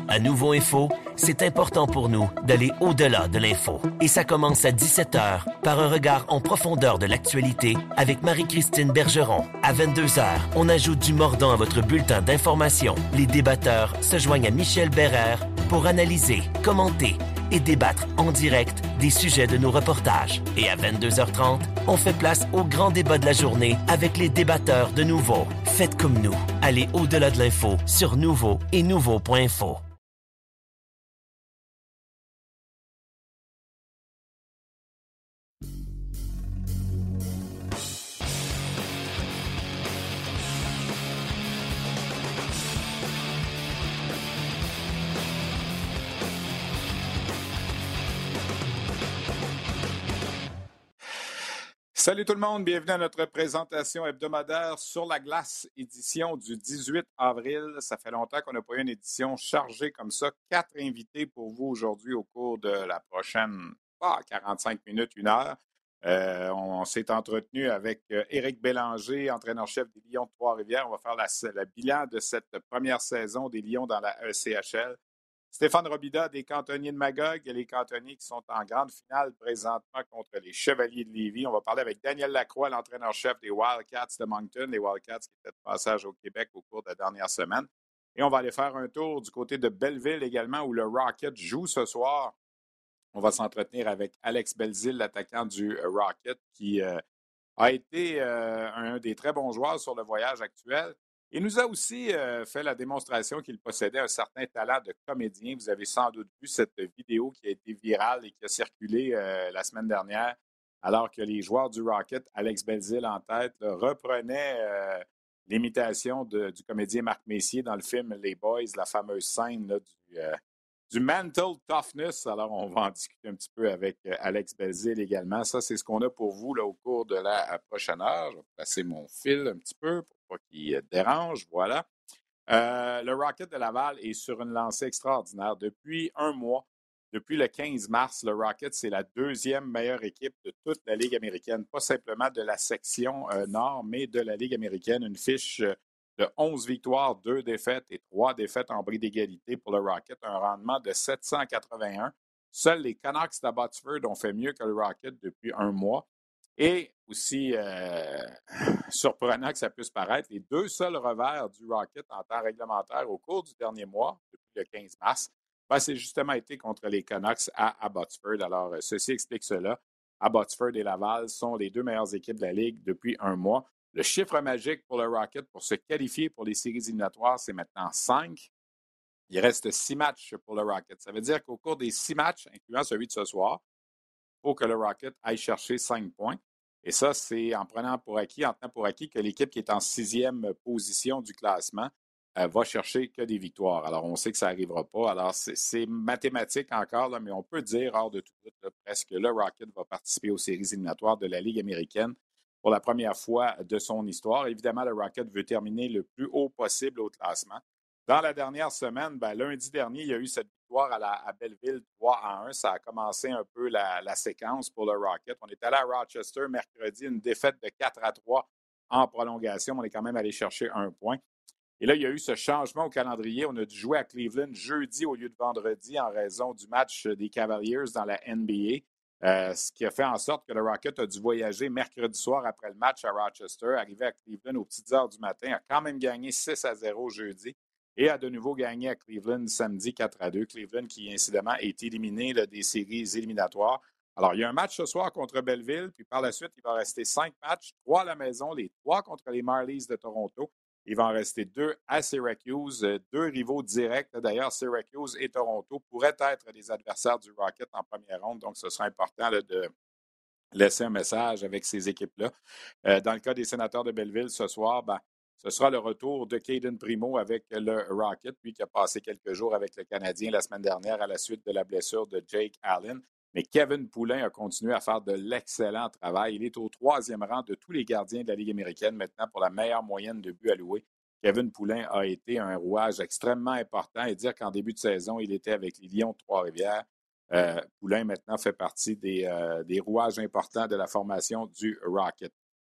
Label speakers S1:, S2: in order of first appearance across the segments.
S1: À Nouveau Info, c'est important pour nous d'aller au-delà de l'info. Et ça commence à 17h par un regard en profondeur de l'actualité avec Marie-Christine Bergeron. À 22h, on ajoute du mordant à votre bulletin d'information. Les débatteurs se joignent à Michel Bérère pour analyser, commenter et débattre en direct des sujets de nos reportages. Et à 22h30, on fait place au grand débat de la journée avec les débatteurs de Nouveau. Faites comme nous. Allez au-delà de l'info sur Nouveau et Nouveau.info.
S2: Salut tout le monde, bienvenue à notre présentation hebdomadaire sur la glace, édition du 18 avril. Ça fait longtemps qu'on n'a pas eu une édition chargée comme ça. 4 invités pour vous aujourd'hui au cours de la prochaine 45 minutes, 1 heure. On s'est entretenu avec Éric Bélanger, entraîneur-chef des Lions de Trois-Rivières. On va faire le bilan de cette première saison des Lions dans la ECHL. Stéphane Robida des Cantonniers de Magog, et les Cantonniers qui sont en grande finale présentement contre les Chevaliers de Lévis. On va parler avec Daniel Lacroix, l'entraîneur-chef des Wildcats de Moncton, les Wildcats qui étaient de passage au Québec au cours de la dernière semaine. Et on va aller faire un tour du côté de Belleville également, où le Rocket joue ce soir. On va s'entretenir avec Alex Belzile, l'attaquant du Rocket, qui a été un des très bons joueurs sur le voyage actuel. Il nous a aussi fait la démonstration qu'il possédait un certain talent de comédien. Vous avez sans doute vu cette vidéo qui a été virale et qui a circulé la semaine dernière, alors que les joueurs du Rocket, Alex Belzile en tête, là, reprenaient l'imitation du comédien Marc Messier dans le film Les Boys, la fameuse scène là, du mental toughness. Alors, on va en discuter un petit peu avec Alex Belzile également. Ça, c'est ce qu'on a pour vous là, au cours de la prochaine heure. Je vais placer mon fil un petit peu pour pas qu'il dérange. Voilà. Le Rocket de Laval est sur une lancée extraordinaire. Depuis un mois, depuis le 15 mars, le Rocket, c'est la deuxième meilleure équipe de toute la Ligue américaine. Pas simplement de la section nord, mais de la Ligue américaine. Une fiche de 11 victoires, 2 défaites et 3 défaites en bris d'égalité pour le Rocket, un rendement de 781. Seuls les Canucks d'Abbotsford ont fait mieux que le Rocket depuis un mois. Et aussi surprenant que ça puisse paraître, les deux seuls revers du Rocket en temps réglementaire au cours du dernier mois, depuis le 15 mars, c'est justement été contre les Canucks à Abbotsford. Alors, ceci explique cela. Abbotsford et Laval sont les deux meilleures équipes de la Ligue depuis un mois. Le chiffre magique pour le Rocket pour se qualifier pour les séries éliminatoires, c'est maintenant 5. Il reste 6 matchs pour le Rocket. Ça veut dire qu'au cours des 6 matchs, incluant celui de ce soir, il faut que le Rocket aille chercher 5 points. Et ça, c'est en tenant pour acquis que l'équipe qui est en 6e position du classement va chercher que des victoires. Alors, on sait que ça n'arrivera pas. Alors, c'est mathématique encore, là, mais on peut dire, hors de tout doute, presque, le Rocket va participer aux séries éliminatoires de la Ligue américaine pour la première fois de son histoire. Évidemment, le Rocket veut terminer le plus haut possible au classement. Dans la dernière semaine, lundi dernier, il y a eu cette victoire à Belleville 3-1. Ça a commencé un peu la séquence pour le Rocket. On est allé à Rochester mercredi, une défaite de 4-3 en prolongation. On est quand même allé chercher un point. Et là, il y a eu ce changement au calendrier. On a dû jouer à Cleveland jeudi au lieu de vendredi en raison du match des Cavaliers dans la NBA. Ce qui a fait en sorte que le Rocket a dû voyager mercredi soir après le match à Rochester, arriver à Cleveland aux petites heures du matin, a quand même gagné 6-0 jeudi et a de nouveau gagné à Cleveland samedi 4-2. Cleveland qui, incidemment, est éliminé là, des séries éliminatoires. Alors, il y a un match ce soir contre Belleville, puis par la suite, il va rester 5 matchs, 3 à la maison, les 3 contre les Marlies de Toronto. Il va en rester 2 à Syracuse, 2 rivaux directs. D'ailleurs, Syracuse et Toronto pourraient être les adversaires du Rocket en première ronde, donc ce sera important là, de laisser un message avec ces équipes-là. Dans le cas des Sénateurs de Belleville, ce soir, ce sera le retour de Caden Primo avec le Rocket, lui qui a passé quelques jours avec le Canadien la semaine dernière à la suite de la blessure de Jake Allen. Mais Kevin Poulin a continué à faire de l'excellent travail. Il est au 3e rang de tous les gardiens de la Ligue américaine maintenant pour la meilleure moyenne de buts alloués. Kevin Poulin a été un rouage extrêmement important et dire qu'en début de saison, il était avec les Lions de Trois-Rivières. Poulin maintenant fait partie des rouages importants de la formation du Rocket.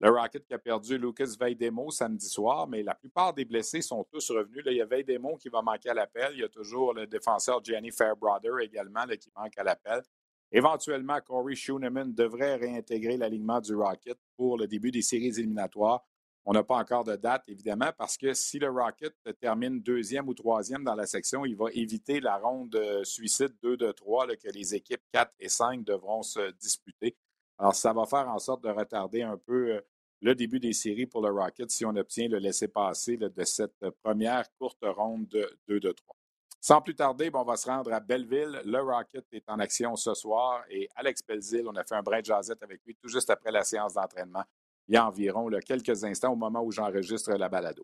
S2: Le Rocket qui a perdu Lucas Veidemo samedi soir, mais la plupart des blessés sont tous revenus. Là, il y a Veidemo qui va manquer à l'appel. Il y a toujours le défenseur Gianni Fairbrother également là, qui manque à l'appel. Éventuellement, Corey Schooneman devrait réintégrer l'alignement du Rocket pour le début des séries éliminatoires. On n'a pas encore de date, évidemment, parce que si le Rocket termine deuxième ou troisième dans la section, il va éviter la ronde suicide 2 de 3 là, que les équipes 4 et 5 devront se disputer. Alors, ça va faire en sorte de retarder un peu le début des séries pour le Rocket si on obtient le laissez-passer de cette première courte ronde de 2 de 3. Sans plus tarder, on va se rendre à Belleville. Le Rocket est en action ce soir et Alex Belzile, on a fait un brin de jasette avec lui tout juste après la séance d'entraînement, il y a environ quelques instants au moment où j'enregistre la balado.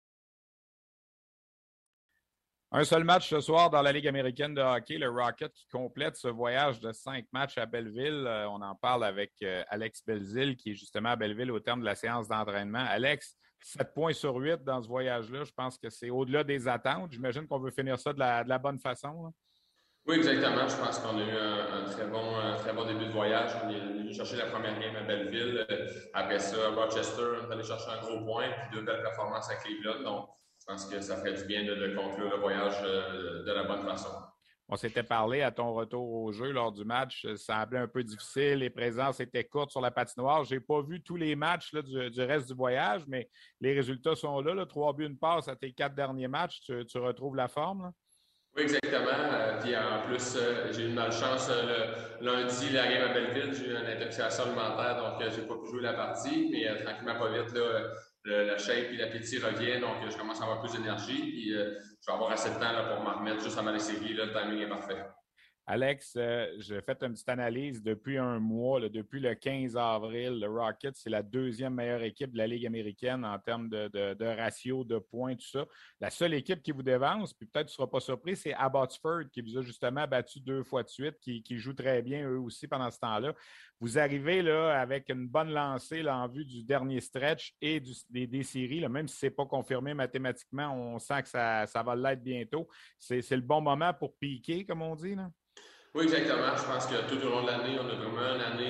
S2: Un seul match ce soir dans la Ligue américaine de hockey, le Rocket qui complète ce voyage de 5 matchs à Belleville. On en parle avec Alex Belzile qui est justement à Belleville au terme de la séance d'entraînement. Alex, 7 points sur 8 dans ce voyage-là, je pense que c'est au-delà des attentes. J'imagine qu'on veut finir ça de la bonne façon. Là.
S3: Oui, exactement. Je pense qu'on a eu un très bon début de voyage. On est venu chercher la première game à Belleville. Après ça, Rochester, on est allé chercher un gros point, puis 2 belles performances à Cleveland. Donc, je pense que ça ferait du bien de conclure le voyage de la bonne façon.
S2: On s'était parlé à ton retour au jeu lors du match. Ça semblait un peu difficile. Les présences étaient courtes sur la patinoire. Je n'ai pas vu tous les matchs là, du reste du voyage, mais les résultats sont là. 3 buts, une passe à tes 4 derniers matchs. Tu retrouves la forme? Là?
S3: Oui, exactement. Puis en plus, j'ai eu une malchance le lundi, la game à Belleville. J'ai eu une intoxication alimentaire, donc j'ai pas pu jouer la partie. Mais tranquillement, pas vite, là, la shape et l'appétit revient, donc je commence à avoir plus d'énergie. Puis je vais avoir assez de temps là, pour m'en remettre juste avant les séries. Là, le timing est parfait.
S2: Alex, j'ai fait une petite analyse depuis un mois, là, depuis le 15 avril. Le Rocket, c'est la deuxième meilleure équipe de la Ligue américaine en termes de ratio, de points, tout ça. La seule équipe qui vous dévance, puis peut-être tu ne seras pas surpris, c'est Abbotsford qui vous a justement battu 2 fois de suite, qui joue très bien eux aussi pendant ce temps-là. Vous arrivez là, avec une bonne lancée là, en vue du dernier stretch et des séries, là, même si ce n'est pas confirmé mathématiquement, on sent que ça va l'être bientôt. C'est le bon moment pour piquer, comme on dit, là?
S3: Oui, exactement. Je pense que tout au long de l'année, on a vraiment une année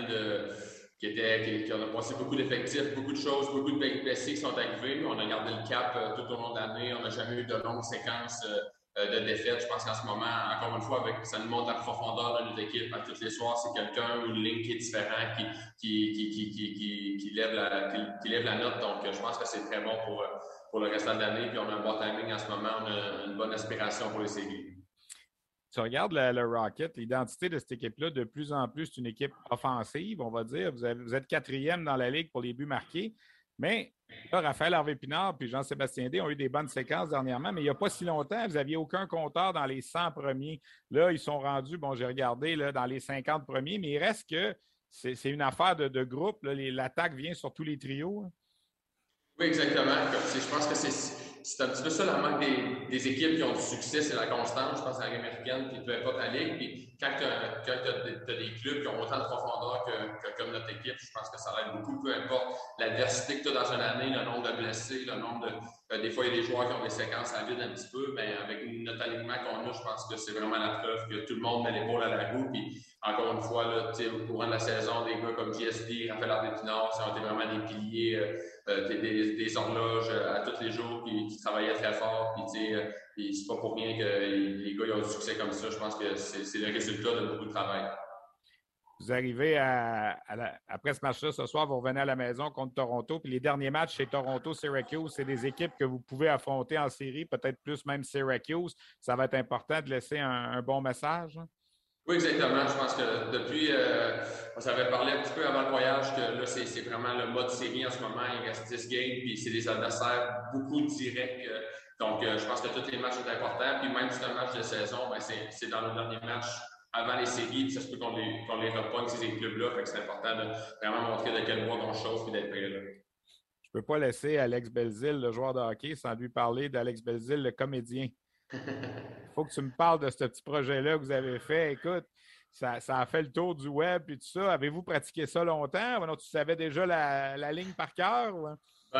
S3: on a passé beaucoup d'effectifs, beaucoup de choses, beaucoup de blessés qui sont arrivés, mais on a gardé le cap tout au long de l'année. On n'a jamais eu de longues séquences de défaites. Je pense qu'en ce moment, encore une fois, ça nous montre la profondeur de notre équipe. À tous les soirs, c'est quelqu'un ou une ligne qui est différent, qui lève la note. Donc, je pense que c'est très bon pour le restant de l'année. Puis on a un bon timing en ce moment. On a une bonne aspiration pour les séries.
S2: Tu regardes le Rocket, l'identité de cette équipe-là, de plus en plus, c'est une équipe offensive, on va dire. Vous êtes 4e dans la Ligue pour les buts marqués. Mais là, Raphaël Harvey-Pinard et Jean-Sébastien D ont eu des bonnes séquences dernièrement, mais il n'y a pas si longtemps, vous n'aviez aucun compteur dans les 100 premiers. Là, ils sont rendus, j'ai regardé, là, dans les 50 premiers, mais il reste que c'est une affaire de groupe. L'attaque vient sur tous les trios. Hein.
S3: Oui, exactement. Je pense que c'est un petit peu ça le manque des équipes qui ont du succès, c'est la constance, je pense, à la Ligue américaine, puis peu importe la Ligue. Puis quand tu as des clubs qui ont autant de profondeur que comme notre équipe, je pense que ça aide beaucoup, peu importe l'adversité que tu as dans une année, le nombre de blessés, le nombre de. Des fois, il y a des joueurs qui ont des séquences à vide un petit peu, mais avec notre alignement qu'on a, je pense que c'est vraiment la preuve que tout le monde met l'épaule à la roue. Puis encore une fois, là, au courant de la saison, des gars comme JSD, Raphaël Harvey-Pinard, ça ont été vraiment des piliers. Des horloges à tous les jours qui travaillaient très fort. Puis c'est pas pour rien que les gars ils ont du succès comme ça. Je pense que c'est le résultat de beaucoup de travail.
S2: Vous arrivez après ce match-là, ce soir, vous revenez à la maison contre Toronto. Puis les derniers matchs chez Toronto-Syracuse, c'est des équipes que vous pouvez affronter en série, peut-être plus même Syracuse. Ça va être important de laisser un bon message. Hein?
S3: Oui, exactement. Je pense que depuis, on s'avait parlé un petit peu avant le voyage que là, c'est vraiment le mode série en ce moment. Il reste 10 games, puis c'est des adversaires beaucoup directs. Donc, je pense que tous les matchs sont importants. Puis même si c'est un match de saison, c'est dans le dernier match avant les séries. Puis ça se peut qu'on les repogne, ces clubs-là. Fait que c'est important de vraiment montrer de quel bois on chauffe et d'être prêt là.
S2: Je ne peux pas laisser Alex Belzile, le joueur de hockey, sans lui parler d'Alex Belzile, le comédien. Il faut que tu me parles de ce petit projet-là que vous avez fait. Écoute, ça a fait le tour du web et tout ça. Avez-vous pratiqué ça longtemps? Alors, tu savais déjà la ligne par cœur? Ou...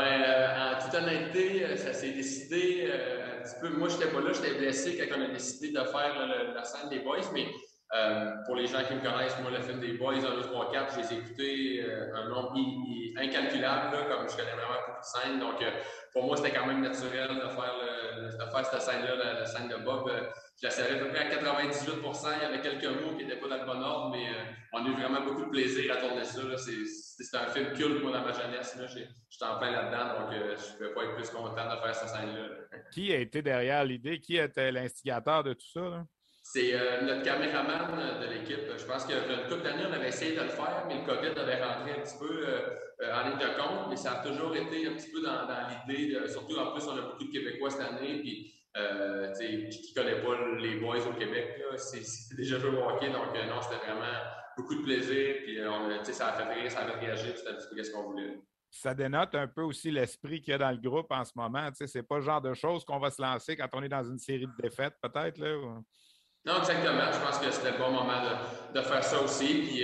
S3: En toute honnêteté, ça s'est décidé un petit peu. Moi, je n'étais pas là, j'étais blessé quand on a décidé de faire la scène des boys, mais Pour les gens qui me connaissent, moi, le film des Boys 1, 2, 3, 4, je les ai écoutés un nombre incalculable, là, comme je connais vraiment beaucoup de scènes. Donc, pour moi, c'était quand même naturel de faire cette scène-là, la scène de Bob. Je la savais à peu près à 98%. Il y avait quelques mots qui n'étaient pas dans le bon ordre, mais on a eu vraiment beaucoup de plaisir à tourner ça. C'est un film culte, moi, dans ma jeunesse. J'étais en plein là-dedans, donc je ne pouvais pas être plus content de faire cette scène-là.
S2: Qui a été derrière l'idée? Qui était l'instigateur de tout ça, là?
S3: C'est notre caméraman de l'équipe. Je pense qu'il y a une couple d'années, on avait essayé de le faire, mais le COVID avait rentré un petit peu en ligne de compte. Mais ça a toujours été un petit peu dans l'idée. Surtout, en plus, on a beaucoup de Québécois cette année. Puis, qui ne connaît pas les Boys au Québec, c'est déjà joué au hockey. Donc, non, c'était vraiment beaucoup de plaisir. Puis, ça a fait rire, ça a fait réagir. C'était un petit peu ce qu'on voulait.
S2: Ça dénote un peu aussi l'esprit qu'il y a dans le groupe en ce moment. C'est pas le genre de choses qu'on va se lancer quand on est dans une série de défaites, peut-être, là? Ou...
S3: Non, exactement. Je pense que c'était le bon moment de faire ça aussi. Puis,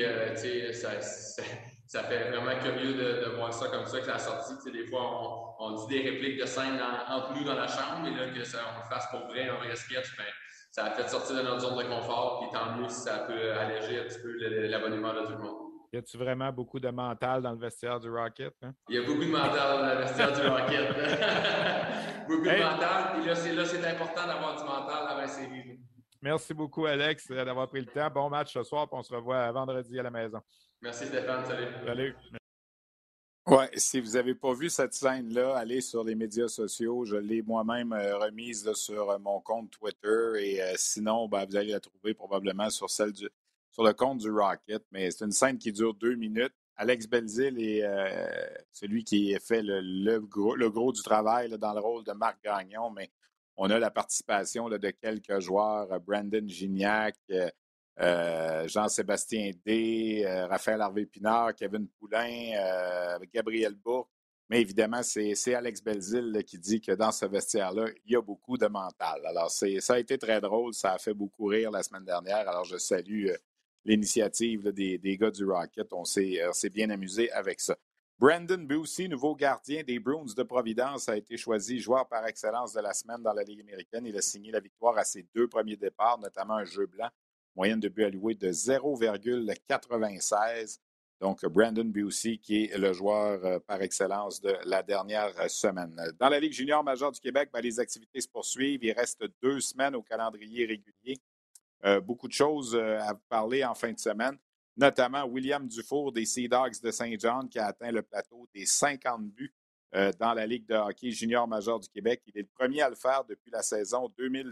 S3: ça fait vraiment curieux de voir ça comme ça, que ça a sorti. Des fois, on dit des répliques de scène entre nous dans la chambre, mais là, on le fasse pour vrai, un vrai sketch, ben, ça a fait sortir de notre zone de confort. Puis, tant mieux si ça peut alléger un petit peu l'abonnement de tout le monde.
S2: Y a-tu vraiment beaucoup de mental dans le vestiaire du Rocket? Hein?
S3: Il y a beaucoup de mental dans le vestiaire du Rocket. Beaucoup de mental. Puis là, c'est important d'avoir du mental dans la série.
S2: Merci beaucoup, Alex, d'avoir pris le temps. Bon match ce soir, puis on se revoit vendredi à la maison.
S3: Merci, Stéphane. Salut.
S2: Salut.
S4: Oui, si vous n'avez pas vu cette scène-là, allez sur les médias sociaux. Je l'ai moi-même remise là, sur mon compte Twitter. Et sinon, vous allez la trouver probablement sur le compte du Rocket. Mais c'est une scène qui dure 2 minutes. Alex Belzile est celui qui fait le gros du travail là, dans le rôle de Marc Gagnon. Mais on a la participation là, de quelques joueurs, Brandon Gignac, Jean-Sébastien D, Raphaël Harvey-Pinard, Kevin Poulain, Gabriel Bourque. Mais évidemment, c'est Alex Belzile là, qui dit que dans ce vestiaire-là, il y a beaucoup de mental. Alors, ça a été très drôle. Ça a fait beaucoup rire la semaine dernière. Alors, je salue l'initiative là, des gars du Rocket. On s'est bien amusé avec ça. Brandon Bussi, nouveau gardien des Bruins de Providence, a été choisi joueur par excellence de la semaine dans la Ligue américaine. Il a signé la victoire à ses 2 premiers départs, notamment un jeu blanc. Moyenne de but alloué de 0,96. Donc, Brandon Bussi, qui est le joueur par excellence de la dernière semaine. Dans la Ligue junior majeure du Québec, les activités se poursuivent. Il reste 2 semaines au calendrier régulier. Beaucoup de choses à parler en fin de semaine, notamment William Dufour des Sea Dogs de Saint-John qui a atteint le plateau des 50 buts dans la Ligue de hockey junior majeure du Québec. Il est le premier à le faire depuis la saison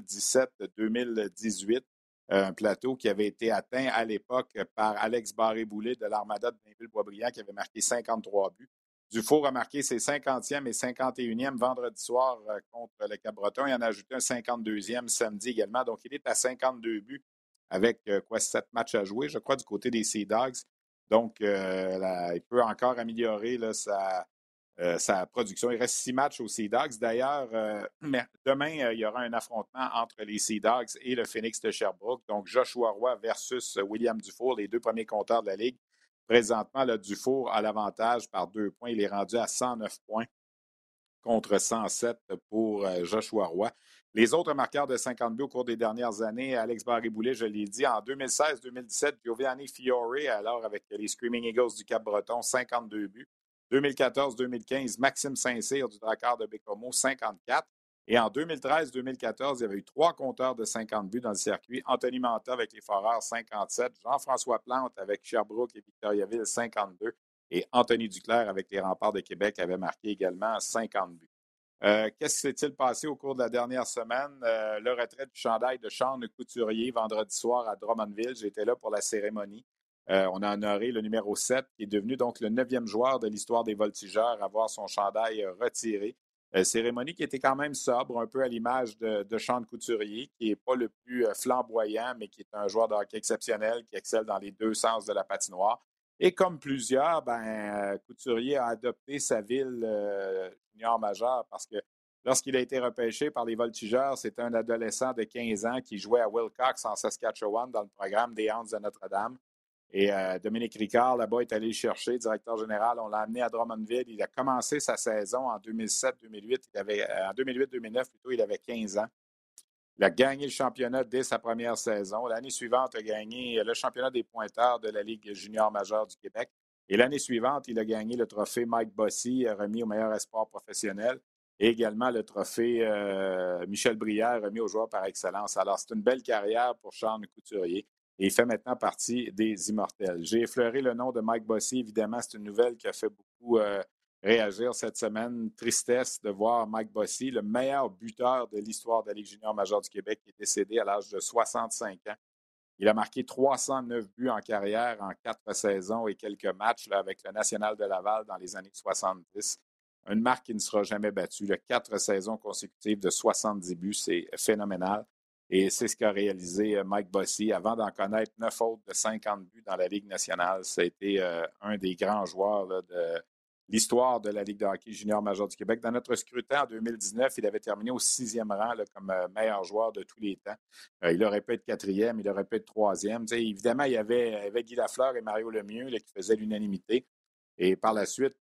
S4: 2017-2018. Un plateau qui avait été atteint à l'époque par Alex Barré-Boulet de l'Armada de Blainville-Boisbriand qui avait marqué 53 buts. Dufour a marqué ses 50e et 51e vendredi soir contre le Cap-Breton. Il en a ajouté un 52e samedi également. Donc, il est à 52 buts avec 7 matchs à jouer, je crois, du côté des Sea Dogs. Donc, il peut encore améliorer là, sa production. Il reste 6 matchs aux Sea Dogs. D'ailleurs, demain, il y aura un affrontement entre les Sea Dogs et le Phoenix de Sherbrooke. Donc, Joshua Roy versus William Dufour, les 2 premiers compteurs de la Ligue. Présentement, le Dufour a l'avantage par 2 points. Il est rendu à 109 points contre 107 pour Joshua Roy. Les autres marqueurs de 50 buts au cours des dernières années, Alex Barré-Boulet, je l'ai dit, en 2016-2017, Giovanni Fiore, alors avec les Screaming Eagles du Cap-Breton, 52 buts. 2014-2015, Maxime Saint-Cyr du Drakkar de Bécomo, 54. Et en 2013-2014, il y avait eu 3 compteurs de 50 buts dans le circuit. Anthony Manta avec les Foreurs, 57. Jean-François Plante avec Sherbrooke et Victoriaville, 52. Et Anthony Duclair avec les Remparts de Québec avait marqué également 50 buts. Qu'est-ce qui s'est-il passé au cours de la dernière semaine? Le retrait du chandail de Sean Couturier vendredi soir à Drummondville. J'étais là pour la cérémonie. On a honoré le numéro 7, qui est devenu donc le 9e joueur de l'histoire des Voltigeurs à avoir son chandail retiré. Cérémonie qui était quand même sobre, un peu à l'image de Sean Couturier, qui n'est pas le plus flamboyant, mais qui est un joueur de hockey exceptionnel, qui excelle dans les 2 sens de la patinoire. Et comme plusieurs, Couturier a adopté sa ville junior majeure parce que lorsqu'il a été repêché par les Voltigeurs, c'était un adolescent de 15 ans qui jouait à Wilcox en Saskatchewan dans le programme des Hounds de Notre-Dame. Et Dominique Ricard, là-bas, est allé le chercher, directeur général. On l'a amené à Drummondville. Il a commencé sa saison en 2007-2008. En 2008-2009, plutôt, il avait 15 ans. Il a gagné le championnat dès sa première saison. L'année suivante, il a gagné le championnat des pointeurs de la Ligue junior majeure du Québec. Et l'année suivante, il a gagné le trophée Mike Bossy, remis au meilleur espoir professionnel, et également le trophée Michel Brière, remis aux joueurs par excellence. Alors, c'est une belle carrière pour Sean Couturier. Et il fait maintenant partie des Immortels. J'ai effleuré le nom de Mike Bossy. Évidemment, c'est une nouvelle qui a fait beaucoup réagir cette semaine. Tristesse de voir Mike Bossy, le meilleur buteur de l'histoire de la Ligue junior majeure du Québec, qui est décédé à l'âge de 65 ans. Il a marqué 309 buts en carrière en 4 saisons et quelques matchs là, avec le National de Laval dans les années 70. Une marque qui ne sera jamais battue. 4 saisons consécutives de 70 buts, c'est phénoménal. Et c'est ce qu'a réalisé Mike Bossy avant d'en connaître 9 autres de 50 buts dans la Ligue nationale. Ça a été un des grands joueurs là, de l'histoire de la Ligue de hockey junior majeure du Québec. Dans notre scrutin en 2019, il avait terminé au 6e rang là, comme meilleur joueur de tous les temps. Il aurait pu être 4e, il aurait pu être 3e. Évidemment, il y avait Guy Lafleur et Mario Lemieux là, qui faisaient l'unanimité. Et par la suite,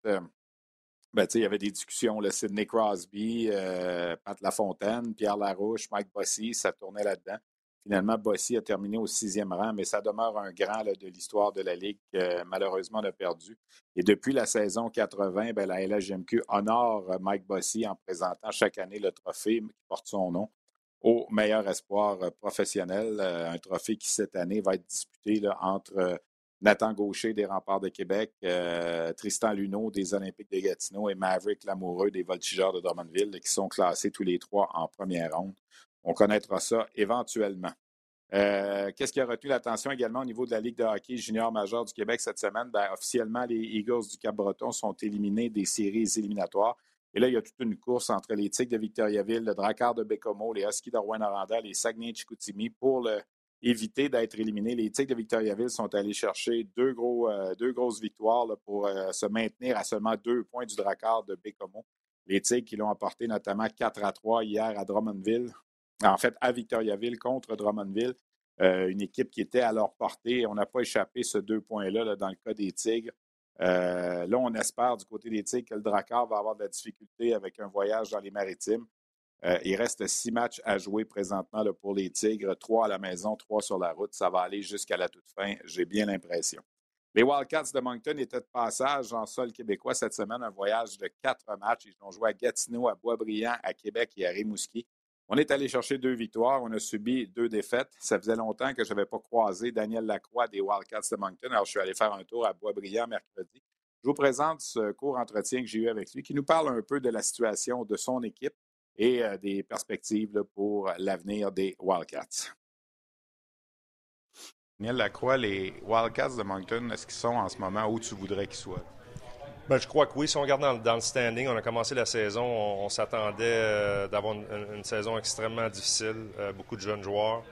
S4: il y avait des discussions, là, Sidney Crosby, Pat Lafontaine, Pierre Larouche, Mike Bossy, ça tournait là-dedans. Finalement, Bossy a terminé au 6e rang, mais ça demeure un grand là, de l'histoire de la Ligue que malheureusement on a perdu. Et depuis la saison 80, la LHJMQ honore Mike Bossy en présentant chaque année le trophée qui porte son nom au meilleur espoir professionnel. Un trophée qui, cette année, va être disputé là, entre Nathan Gaucher des Remparts de Québec, Tristan Luneau des Olympiques de Gatineau et Maverick Lamoureux des Voltigeurs de Drummondville, qui sont classés tous les 3 en première ronde. On connaîtra ça éventuellement. Qu'est-ce qui a retenu l'attention également au niveau de la Ligue de hockey junior majeure du Québec cette semaine? Officiellement, les Eagles du Cap-Breton sont éliminés des séries éliminatoires. Et là, il y a toute une course entre les Tigres de Victoriaville, le Drakkar de Bécomo, les Huskies de Rouyn-Noranda, les Saguenay-Chicoutimi pour éviter d'être éliminés. Les Tigres de Victoriaville sont allés chercher deux grosses victoires là, pour se maintenir à seulement 2 points du Drakkar de Bécomo. Les Tigres qui l'ont emporté notamment 4-3 hier à Drummondville. En fait, à Victoriaville contre Drummondville. Une équipe qui était à leur portée. On n'a pas échappé ce 2 points-là là, dans le cas des Tigres. Là, on espère du côté des Tigres que le Drakkar va avoir de la difficulté avec un voyage dans les Maritimes. Il reste 6 matchs à jouer présentement là, pour les Tigres, 3 à la maison, 3 sur la route. Ça va aller jusqu'à la toute fin, j'ai bien l'impression. Les Wildcats de Moncton étaient de passage en sol québécois cette semaine, un voyage de 4 matchs. Ils ont joué à Gatineau, à Boisbriand, à Québec et à Rimouski. On est allé chercher 2 victoires, on a subi 2 défaites. Ça faisait longtemps que je n'avais pas croisé Daniel Lacroix des Wildcats de Moncton. Alors, je suis allé faire un tour à Boisbriand mercredi. Je vous présente ce court entretien que j'ai eu avec lui qui nous parle un peu de la situation de son équipe et des perspectives là, pour l'avenir des Wildcats. Daniel Lacroix, les Wildcats de Moncton, est-ce qu'ils sont en ce moment où tu voudrais qu'ils soient?
S5: Je crois que oui. Si on regarde dans le standing, on a commencé la saison, on s'attendait d'avoir une saison extrêmement difficile, beaucoup de jeunes joueurs.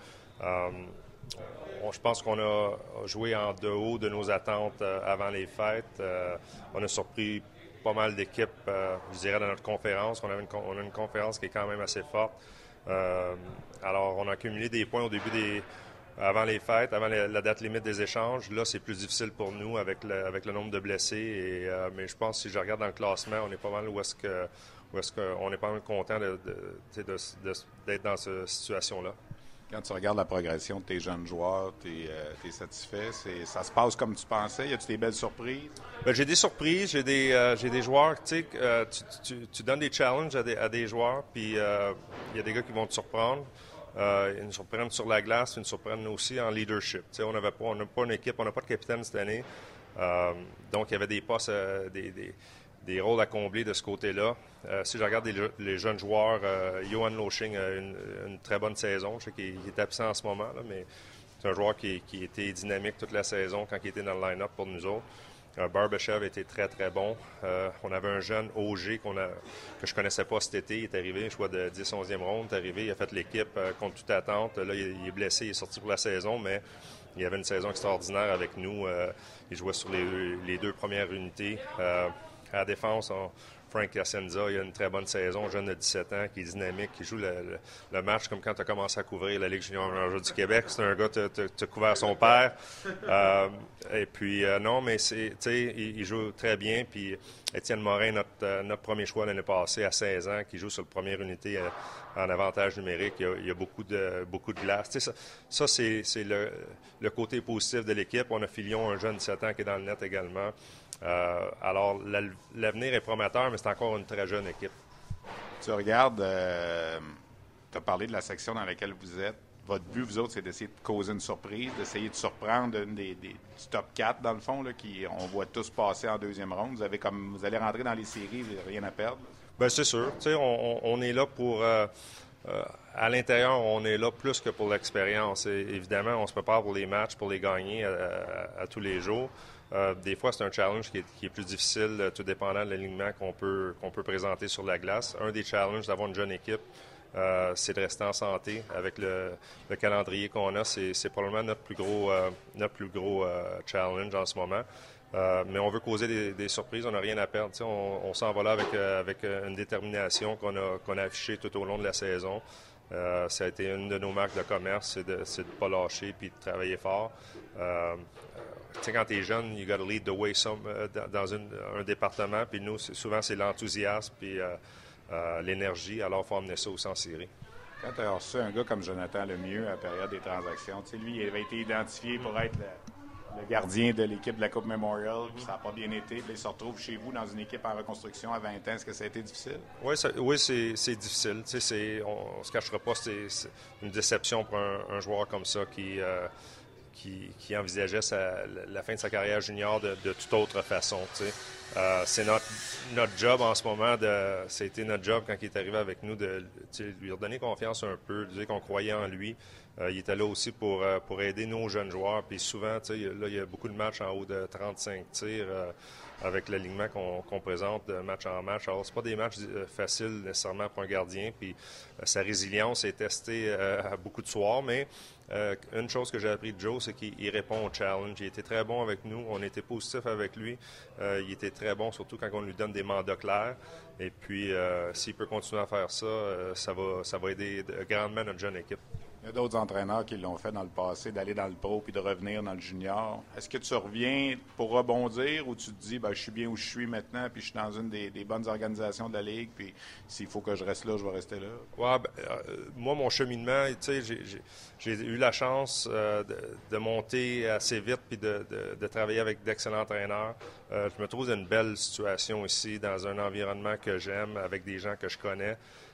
S5: Je pense qu'on a joué en de haut de nos attentes avant les fêtes. On a surpris pas mal d'équipes, je dirais, dans notre conférence. On a une conférence qui est quand même assez forte. Alors, on a accumulé des points au début avant les fêtes, avant la date limite des échanges. Là, c'est plus difficile pour nous avec le nombre de blessés. Mais je pense que si je regarde dans le classement, on est pas mal où est-ce qu'on est pas mal content d'être dans cette situation-là.
S4: Quand tu regardes la progression de tes jeunes joueurs, tu es satisfait? Ça se passe comme tu pensais? Y a-tu des belles surprises?
S5: J'ai des surprises. J'ai des joueurs, tu sais, tu donnes des challenges à des joueurs, puis il y a des gars qui vont te surprendre. Ils nous surprennent sur la glace, ils nous surprennent aussi en leadership. Tu sais, on n'a pas une équipe, on n'a pas de capitaine cette année. Donc, il y avait des postes, des rôles à combler de ce côté-là. Si je regarde les jeunes joueurs, Johan Loshing a une très bonne saison. Je sais qu'il est absent en ce moment, là, mais c'est un joueur qui était dynamique toute la saison quand il était dans le line-up pour nous autres. Barbashev était très, très bon. On avait un jeune OG que je ne connaissais pas cet été. Il est arrivé, choix de 10-11e ronde. Il est arrivé, il a fait l'équipe contre toute attente. Là, il est blessé, il est sorti pour la saison, mais il avait une saison extraordinaire avec nous. Il jouait sur les 2 premières unités. À la défense, Frank Yacenza, il a une très bonne saison, jeune de 17 ans, qui est dynamique, qui joue le match comme quand tu as commencé à couvrir la Ligue junior majeure du Québec. C'est un gars, tu as couvert son père. Et puis, non, mais il joue très bien. Puis, Étienne Morin, notre premier choix l'année passée, à 16 ans, qui joue sur la première unité en avantage numérique. Il y a beaucoup de glace. Ça c'est le côté positif de l'équipe. On a Filion, un jeune de 17 ans, qui est dans le net également. Alors, l'avenir est prometteur, mais c'est encore une très jeune équipe.
S4: Tu regardes, tu as parlé de la section dans laquelle vous êtes. Votre but, vous autres, c'est d'essayer de causer une surprise, d'essayer de surprendre une du top 4, dans le fond, là, on voit tous passer en deuxième ronde. Vous allez rentrer dans les séries, vous n'avez rien à perdre.
S5: Bien, c'est sûr. On est là pour... à l'intérieur, on est là plus que pour l'expérience. Et, évidemment, on se prépare pour les matchs, pour les gagner à tous les jours. Des fois, c'est un challenge qui est plus difficile, tout dépendant de l'alignement qu'on peut présenter sur la glace. Un des challenges d'avoir une jeune équipe, c'est de rester en santé. Avec le calendrier qu'on a, c'est probablement notre plus gros challenge en ce moment. Mais on veut causer des surprises, on n'a rien à perdre. On s'en va là avec une détermination qu'on a affichée tout au long de la saison. Ça a été une de nos marques de commerce, c'est de ne pas lâcher et de travailler fort. Quand tu es jeune, you got to lead the way dans un département. Puis nous, souvent, c'est l'enthousiasme puis l'énergie. Alors, il faut emmener ça aussi en série.
S4: Quand tu as reçu un gars comme Jonathan Lemieux à la période des transactions, lui, il avait été identifié pour être le gardien de l'équipe de la Coupe Memorial, puis ça n'a pas bien été. Puis il se retrouve chez vous dans une équipe en reconstruction à 20 ans. Est-ce que ça a été difficile?
S5: Oui, c'est difficile. On ne se cachera pas, c'est une déception pour un joueur comme ça qui envisageait la fin de sa carrière junior de toute autre façon. C'est notre job en ce moment. C'était notre job quand il est arrivé avec nous de lui redonner confiance un peu, de dire qu'on croyait en lui. Il était là aussi pour aider nos jeunes joueurs. Puis souvent, là, il y a beaucoup de matchs en haut de 35 tirs avec l'alignement qu'on présente de match en match. Alors, c'est pas des matchs faciles nécessairement pour un gardien. Puis sa résilience est testée à beaucoup de soirs, mais une chose que j'ai appris de Joe, c'est qu'il répond au challenge. Il était très bon avec nous. On était positif avec lui. Il était très bon, surtout quand on lui donne des mandats clairs. Et puis, s'il peut continuer à faire ça, ça va aider grandement notre jeune équipe.
S4: Il y a d'autres entraîneurs qui l'ont fait dans le passé, d'aller dans le pro puis de revenir dans le junior. Est-ce que tu reviens pour rebondir ou tu te dis, je suis bien où je suis maintenant puis je suis dans une des bonnes organisations de la Ligue puis s'il faut que je reste là, je vais rester là?
S5: Ouais, moi, mon cheminement, j'ai eu la chance de monter assez vite puis de travailler avec d'excellents entraîneurs. Je me trouve dans une belle situation ici, dans un environnement que j'aime, avec des gens que je connais.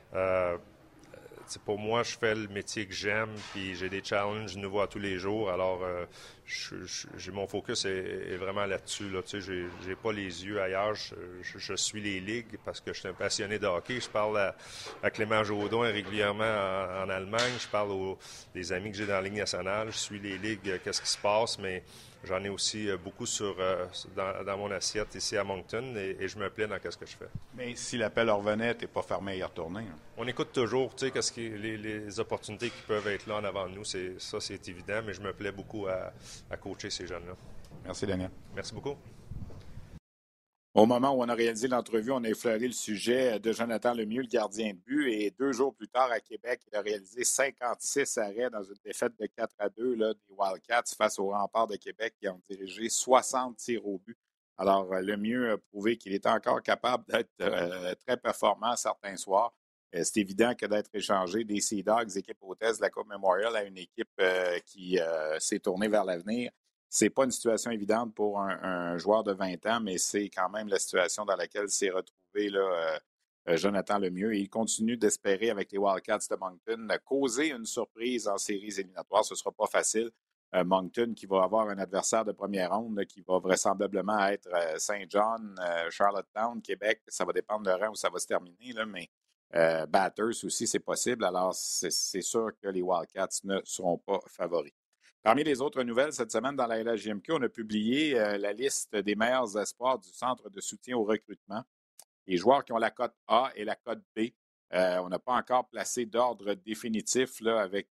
S5: Pour moi, je fais le métier que j'aime, puis j'ai des challenges nouveaux à tous les jours. Alors, mon focus est vraiment là-dessus. Là. J'ai pas les yeux ailleurs. Je suis les ligues parce que je suis un passionné de hockey. Je parle à Clément Jodon régulièrement en Allemagne. Je parle des amis que j'ai dans la Ligue nationale. Je suis les ligues, qu'est-ce qui se passe, mais j'en ai aussi beaucoup dans mon assiette ici à Moncton et je me plais dans ce que je fais.
S4: Mais si l'appel revenait, tu n'es pas fermé à y retourner. Hein?
S5: On écoute toujours les opportunités qui peuvent être là en avant de nous. C'est évident, mais je me plais beaucoup à coacher ces jeunes-là.
S4: Merci, Daniel.
S5: Merci beaucoup.
S4: Au moment où on a réalisé l'entrevue, on a effleuré le sujet de Jonathan Lemieux, le gardien de but. Et 2 jours plus tard, à Québec, il a réalisé 56 arrêts dans une défaite de 4-2 des Wildcats face aux Remparts de Québec qui ont dirigé 60 tirs au but. Alors, Lemieux a prouvé qu'il était encore capable d'être très performant certains soirs. C'est évident que d'être échangé des Sea Dogs, équipe hôtesse de la Coupe Memorial, à une équipe qui s'est tournée vers l'avenir, c'est pas une situation évidente pour un joueur de 20 ans, mais c'est quand même la situation dans laquelle s'est retrouvé Jonathan Lemieux. Et il continue d'espérer avec les Wildcats de Moncton causer une surprise en séries éliminatoires. Ce ne sera pas facile. Moncton qui va avoir un adversaire de première ronde qui va vraisemblablement être Saint John, Charlottetown, Québec. Ça va dépendre de rang où ça va se terminer, mais Bathurst aussi, c'est possible. Alors, c'est sûr que les Wildcats ne seront pas favoris. Parmi les autres nouvelles, cette semaine, dans la LHJMQ, on a publié la liste des meilleurs espoirs du Centre de soutien au recrutement. Les joueurs qui ont la cote A et la cote B On n'a pas encore placé d'ordre définitif là, avec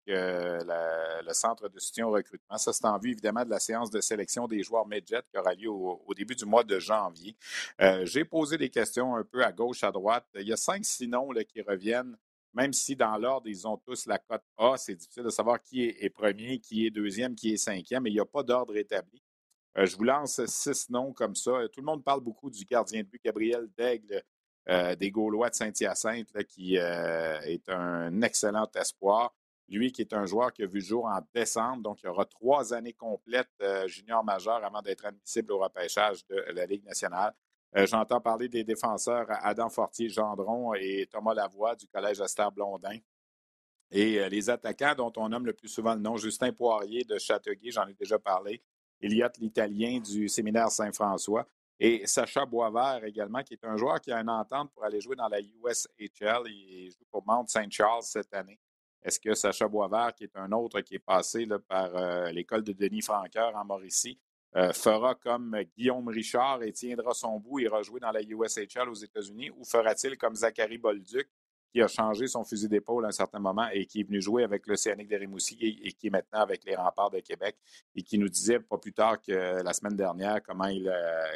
S4: le centre de soutien au recrutement. Ça, c'est en vue, évidemment, de la séance de sélection des joueurs midget qui aura lieu au début du mois de janvier. J'ai posé des questions un peu à gauche, à droite. Il y a 5-6 noms là, qui reviennent, même si dans l'ordre, ils ont tous la cote A. C'est difficile de savoir qui est premier, qui est deuxième, qui est cinquième, mais il n'y a pas d'ordre établi. Je vous lance 6 noms comme ça. Tout le monde parle beaucoup du gardien de but Gabriel Daigle des Gaulois de Saint-Hyacinthe, là, qui est un excellent espoir. Lui qui est un joueur qui a vu le jour en décembre, donc il y aura 3 années complètes junior majeur avant d'être admissible au repêchage de la Ligue nationale. J'entends parler des défenseurs Adam Fortier-Gendron et Thomas Lavoie du Collège Esther Blondin. Et les attaquants dont on nomme le plus souvent le nom, Justin Poirier de Châteauguay, j'en ai déjà parlé. Elliott l'Italien du séminaire Saint-François. Et Sacha Boisvert également, qui est un joueur qui a une entente pour aller jouer dans la USHL. Il joue pour Mount St. Charles cette année. Est-ce que Sacha Boisvert, qui est un autre qui est passé là, par l'école de Denis Franqueur en Mauricie, fera comme Guillaume Richard et tiendra son bout et ira jouer dans la USHL aux États-Unis, ou fera-t-il comme Zachary Bolduc, qui a changé son fusil d'épaule à un certain moment et qui est venu jouer avec l'Océanique de Rimouski et qui est maintenant avec les Remparts de Québec et qui nous disait pas plus tard que la semaine dernière comment il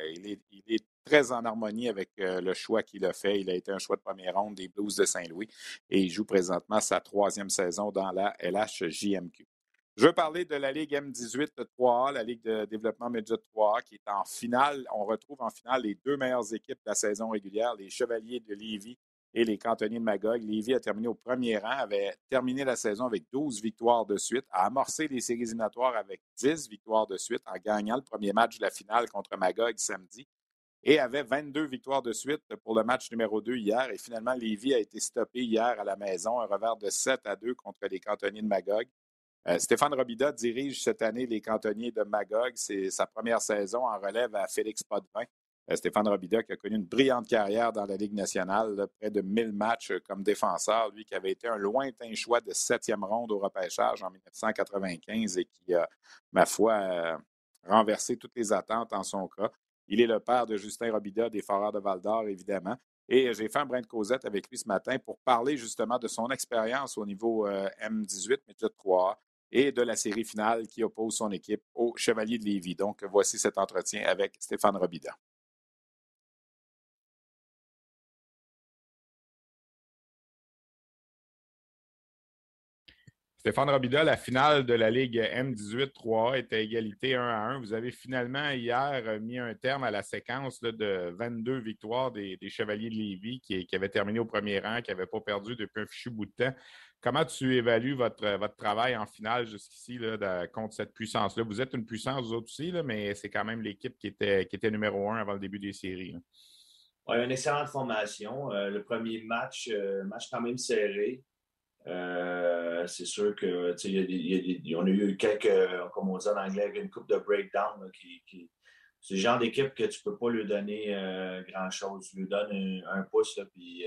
S4: est très en harmonie avec le choix qu'il a fait. Il a été un choix de première ronde des Blues de Saint-Louis et il joue présentement sa 3e saison dans la LHJMQ. Je veux parler de la Ligue M18 3A, la Ligue de développement Midget 3A, qui est en finale. On retrouve en finale les 2 meilleures équipes de la saison régulière, les Chevaliers de Lévis et les Cantonniers de Magog. Lévis a terminé au premier rang, avait terminé la saison avec 12 victoires de suite, a amorcé les séries éliminatoires avec 10 victoires de suite en gagnant le premier match de la finale contre Magog samedi et avait 22 victoires de suite pour le match numéro 2 hier. Et finalement, Lévis a été stoppé hier à la maison, un revers de 7-2 contre les Cantonniers de Magog. Stéphane Robida dirige cette année les Cantonniers de Magog. C'est sa première saison en relève à Félix Potvin. Stéphane Robida qui a connu une brillante carrière dans la Ligue nationale, là, près de 1000 matchs comme défenseur, lui qui avait été un lointain choix de 7e ronde au repêchage en 1995 et qui a, ma foi, renversé toutes les attentes en son cas. Il est le père de Justin Robida des Foreurs de Val-d'Or, évidemment. Et j'ai fait un brin de causette avec lui ce matin pour parler justement de son expérience au niveau M18, Midget 3A, et de la série finale qui oppose son équipe aux Chevaliers de Lévis. Donc, voici cet entretien avec Stéphane Robida. Stéphane Robida, la finale de la Ligue M18 3A était égalité 1-1. Vous avez finalement hier mis un terme à la séquence là, de 22 victoires des Chevaliers de Lévis qui avaient terminé au premier rang, qui n'avaient pas perdu depuis un fichu bout de temps. Comment tu évalues votre travail en finale jusqu'ici là, contre cette puissance-là? Vous êtes une puissance, vous autres aussi, là, mais c'est quand même l'équipe qui était numéro 1 avant le début des séries.
S6: Oui, une excellente formation. Le premier match quand même serré. C'est sûr que on a eu quelques, comme on dit en anglais, une coupe de breakdown là, c'est le genre d'équipe que tu ne peux pas lui donner grand-chose. Tu lui donnes un pouce, là, puis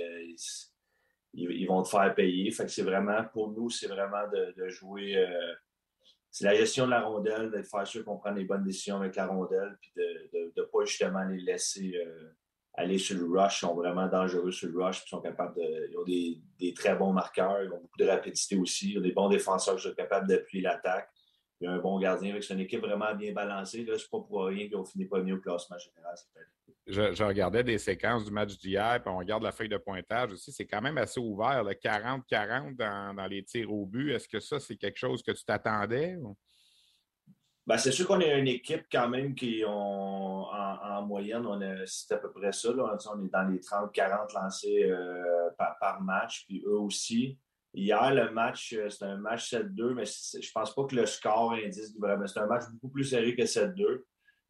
S6: ils vont te faire payer. Fait que c'est vraiment, pour nous, c'est vraiment de jouer. C'est la gestion de la rondelle, de faire sûr qu'on prenne les bonnes décisions avec la rondelle, puis de ne pas justement les laisser aller sur le rush. Ils sont vraiment dangereux sur le rush, puis ils ont des très bons marqueurs, ils ont beaucoup de rapidité aussi, ils ont des bons défenseurs qui sont capables d'appuyer l'attaque. Il y a un bon gardien. C'est une équipe vraiment bien balancée. Là, c'est pas pour rien qu'ils ont fini premier au classement général.
S4: Je regardais des séquences du match d'hier, puis on regarde la feuille de pointage aussi. C'est quand même assez ouvert, 40-40 dans les tirs au but. Est-ce que ça, c'est quelque chose que tu t'attendais?
S6: Ben, c'est sûr qu'on est une équipe quand même qui en moyenne, c'est à peu près ça. Là. On est dans les 30-40 lancés par match, puis eux aussi. Hier, le match, c'était un match 7-2, mais je pense pas que le score indique vraiment. C'est un match beaucoup plus serré que 7-2.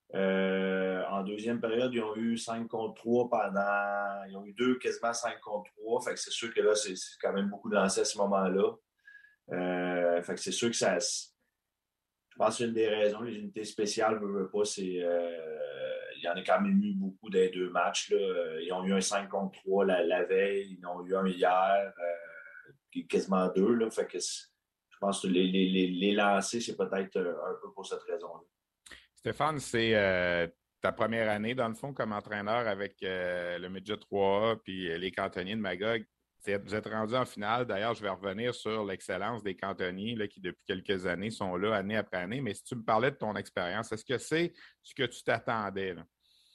S6: En deuxième période, ils ont eu 5 contre 3 pendant. Ils ont eu 2 quasiment 5 contre 3. Fait que c'est sûr que là, c'est quand même beaucoup de lancers à ce moment-là. Fait que c'est sûr que ça. Je pense que c'est une des raisons. Les unités spéciales, ne veulent pas, c'est. Il y en a quand même eu beaucoup dans les 2 matchs. Là. Ils ont eu un 5 contre 3 la veille. Ils en ont eu un hier. Quasiment 2. Là. Fait que je pense que les lancers, c'est peut-être un peu pour cette raison-là.
S4: Stéphane, c'est ta première année, dans le fond, comme entraîneur avec le Midget 3A puis les Cantonniers de Magog. Vous êtes rendu en finale. D'ailleurs, je vais revenir sur l'excellence des cantonniers là, qui, depuis quelques années, sont là année après année. Mais si tu me parlais de ton expérience, est-ce que c'est ce que tu t'attendais, là?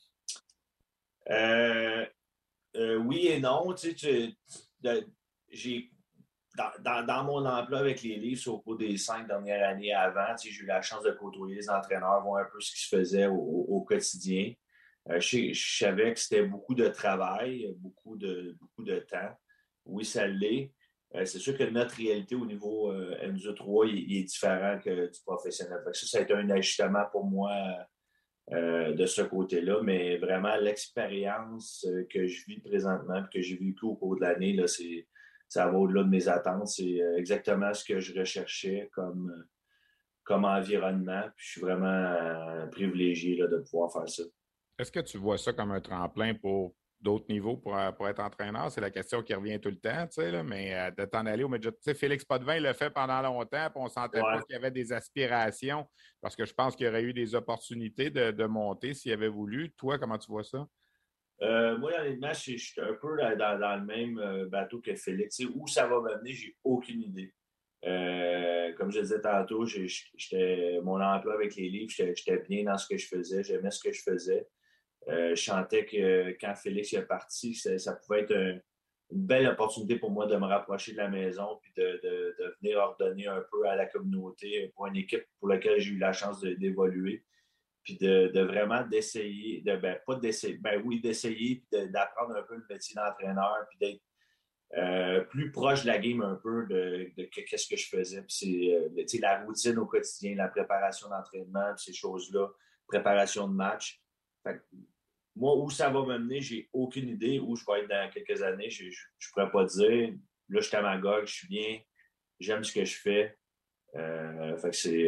S6: Oui et non. J'ai, dans mon emploi avec les Leafs au cours des 5 dernières années avant, j'ai eu la chance de côtoyer les entraîneurs, voir un peu ce qui se faisait au quotidien. Je savais que c'était beaucoup de travail, beaucoup de temps. Oui, ça l'est. C'est sûr que notre réalité au niveau MZ3 il est différent que du professionnel. Fait que ça a été un ajustement pour moi de ce côté-là, mais vraiment l'expérience que je vis présentement et que j'ai vécu au cours de l'année, là, ça va au-delà de mes attentes. C'est exactement ce que je recherchais comme environnement. Puis je suis vraiment privilégié là, de pouvoir faire ça.
S4: Est-ce que tu vois ça comme un tremplin pour d'autres niveaux pour être entraîneur? C'est la question qui revient tout le temps, tu sais, là, mais de t'en aller au Midget. Tu sais, Félix Potvin l'a fait pendant longtemps, puis on ne sentait pas
S6: Ouais.
S4: qu'il y avait des aspirations, parce que je pense qu'il y aurait eu des opportunités de monter s'il avait voulu. Toi, comment tu vois ça?
S6: Moi, honnêtement, je suis un peu dans le même bateau que Félix. Tu sais, où ça va m'amener, j'ai aucune idée. Comme je disais tantôt, mon emploi avec les livres, j'étais bien dans ce que je faisais, j'aimais ce que je faisais. Je sentais que quand Félix est parti, ça pouvait être une belle opportunité pour moi de me rapprocher de la maison puis de venir ordonner un peu à la communauté pour une équipe pour laquelle j'ai eu la chance d'évoluer. Puis de vraiment d'essayer, pas d'essayer, ben oui, d'essayer, puis d'apprendre un peu le métier d'entraîneur, puis d'être plus proche de la game un peu de qu'est-ce que je faisais. Puis c'est la routine au quotidien, la préparation d'entraînement, puis ces choses-là, préparation de match. Fait que, moi, où ça va me mener, j'ai aucune idée. Où je vais être dans quelques années, je ne pourrais pas dire. Là, je suis à Magog, je suis bien, j'aime ce que je fais. Fait que c'est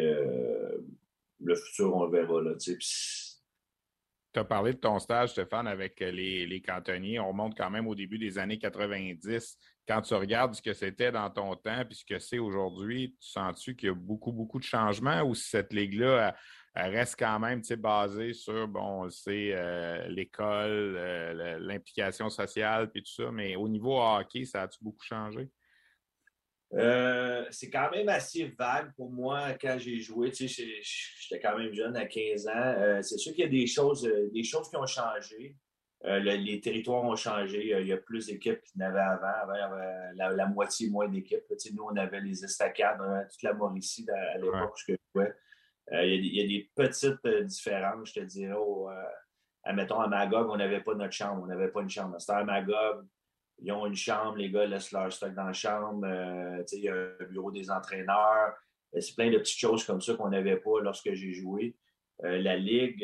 S6: le futur, on le verra. Là, tu
S4: Tu as parlé de ton stage, Stéphane, avec les cantonniers. On remonte quand même au début des années 90. Quand tu regardes ce que c'était dans ton temps puis ce que c'est aujourd'hui, tu sens-tu qu'il y a beaucoup, beaucoup de changements ou si cette ligue-là elle reste quand même basée sur, bon, c'est l'école, l'implication sociale puis tout ça, mais au niveau hockey, ça a-tu beaucoup changé?
S6: C'est quand même assez vague pour moi quand j'ai joué. Tu sais, j'étais quand même jeune à 15 ans. C'est sûr qu'il y a des choses qui ont changé. Les territoires ont changé. Il y a plus d'équipes qu'il n'y en avait avant. Avant, il y avait la moitié moins d'équipes. Tu sais, nous, on avait les estacades, toute la Mauricie à l'époque où je jouais. Il y a des petites différences, je te dirais. Admettons, à Magog, on n'avait pas notre chambre. On n'avait pas une chambre. C'était à Magog. Ils ont une chambre, les gars laissent leur stock dans la chambre. Il y a un bureau des entraîneurs. C'est plein de petites choses comme ça qu'on n'avait pas lorsque j'ai joué. La Ligue,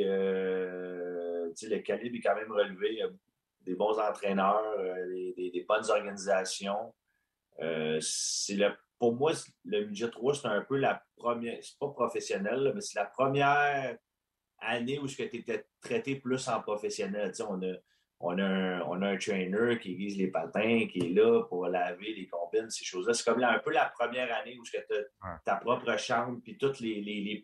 S6: le calibre est quand même relevé. Il y a des bons entraîneurs, des bonnes organisations. Pour moi, le midget 3, c'est un peu la première, c'est pas professionnel, là, mais c'est la première année où tu étais traité plus en professionnel. On a un trainer qui aiguise les patins, qui est là pour laver les combines, ces choses-là. C'est comme un peu la première année où tu as ta propre chambre, puis tous les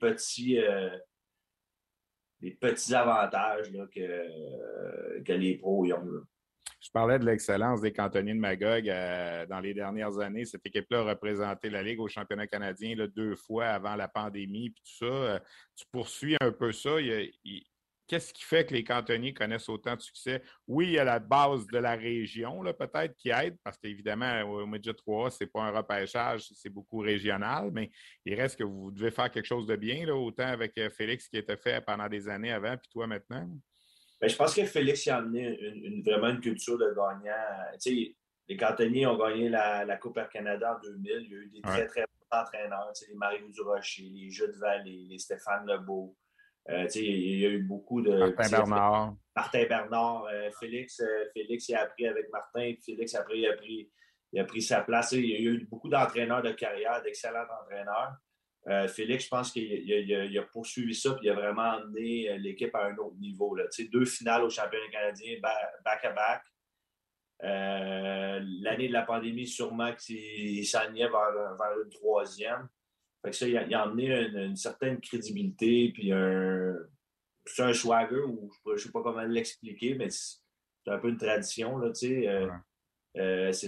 S6: petits avantages là, que les pros y ont. Là.
S4: Je parlais de l'excellence des cantonniers de Magog dans les dernières années. Cette équipe-là a représenté la Ligue au championnat canadien là, 2 fois avant la pandémie puis tout ça. Tu poursuis un peu ça. Qu'est-ce qui fait que les cantonniers connaissent autant de succès? Oui, il y a la base de la région, là, peut-être, qui aide, parce qu'évidemment, au Midget 3, ce n'est pas un repêchage, c'est beaucoup régional, mais il reste que vous devez faire quelque chose de bien, là, autant avec Félix qui était fait pendant des années avant, puis toi maintenant.
S6: Ben, je pense que Félix a amené vraiment une culture de gagnant. Les cantonniers ont gagné la Coupe Air Canada en 2000. Il y a eu des très, très bons entraîneurs. Les Mario Durocher, les Jules Vallée, les Stéphane Lebeau. Il y a eu beaucoup de...
S4: Martin Bernard.
S6: Martin Bernard. Félix il a appris avec Martin. Félix, après, il a pris sa place. Il y a eu beaucoup d'entraîneurs de carrière, d'excellents entraîneurs. Félix, je pense qu'il a poursuivi ça et il a vraiment amené l'équipe à un autre niveau. Là. 2 finales au championnat canadien, back-à-back. L'année de la pandémie, sûrement qu'il s'alignait vers une 3e. Fait que ça, il a amené une certaine crédibilité puis c'est un swagger, ou je ne sais pas comment l'expliquer, mais c'est un peu une tradition. Là, c'est sûr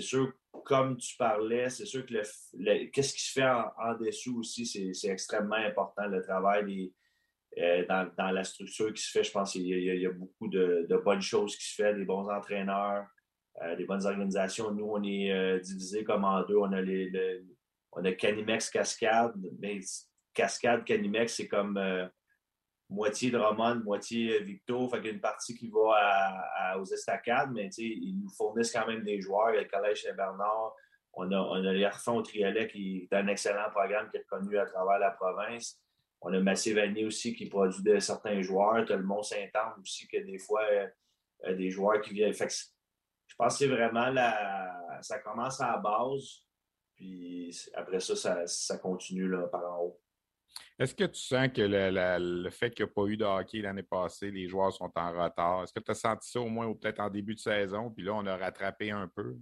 S6: comme tu parlais, c'est sûr que qu'est-ce qui se fait en dessous aussi, c'est extrêmement important. Le travail dans la structure qui se fait, je pense qu'il y a beaucoup de bonnes choses qui se font, des bons entraîneurs, des bonnes organisations. Nous, on est divisés comme en deux. On a Canimex Cascade, mais Cascade, Canimex, c'est comme moitié Drummond, moitié Victo. Fait qu'il y a une partie qui va aux estacades, mais ils nous fournissent quand même des joueurs. Il y a le Collège Saint-Bernard. On a les Harfons au Triolet qui est un excellent programme qui est reconnu à travers la province. On a Massé-Vanier aussi qui produit certains joueurs. Tu as le Mont-Saint-Anne aussi qui a des fois des joueurs qui viennent. Fait que je pense que c'est vraiment ça commence à la base. Puis après ça continue là, par en haut.
S4: Est-ce que tu sens que le fait qu'il n'y a pas eu de hockey l'année passée, les joueurs sont en retard? Est-ce que tu as senti ça au moins peut-être en début de saison, puis là, on a rattrapé un peu?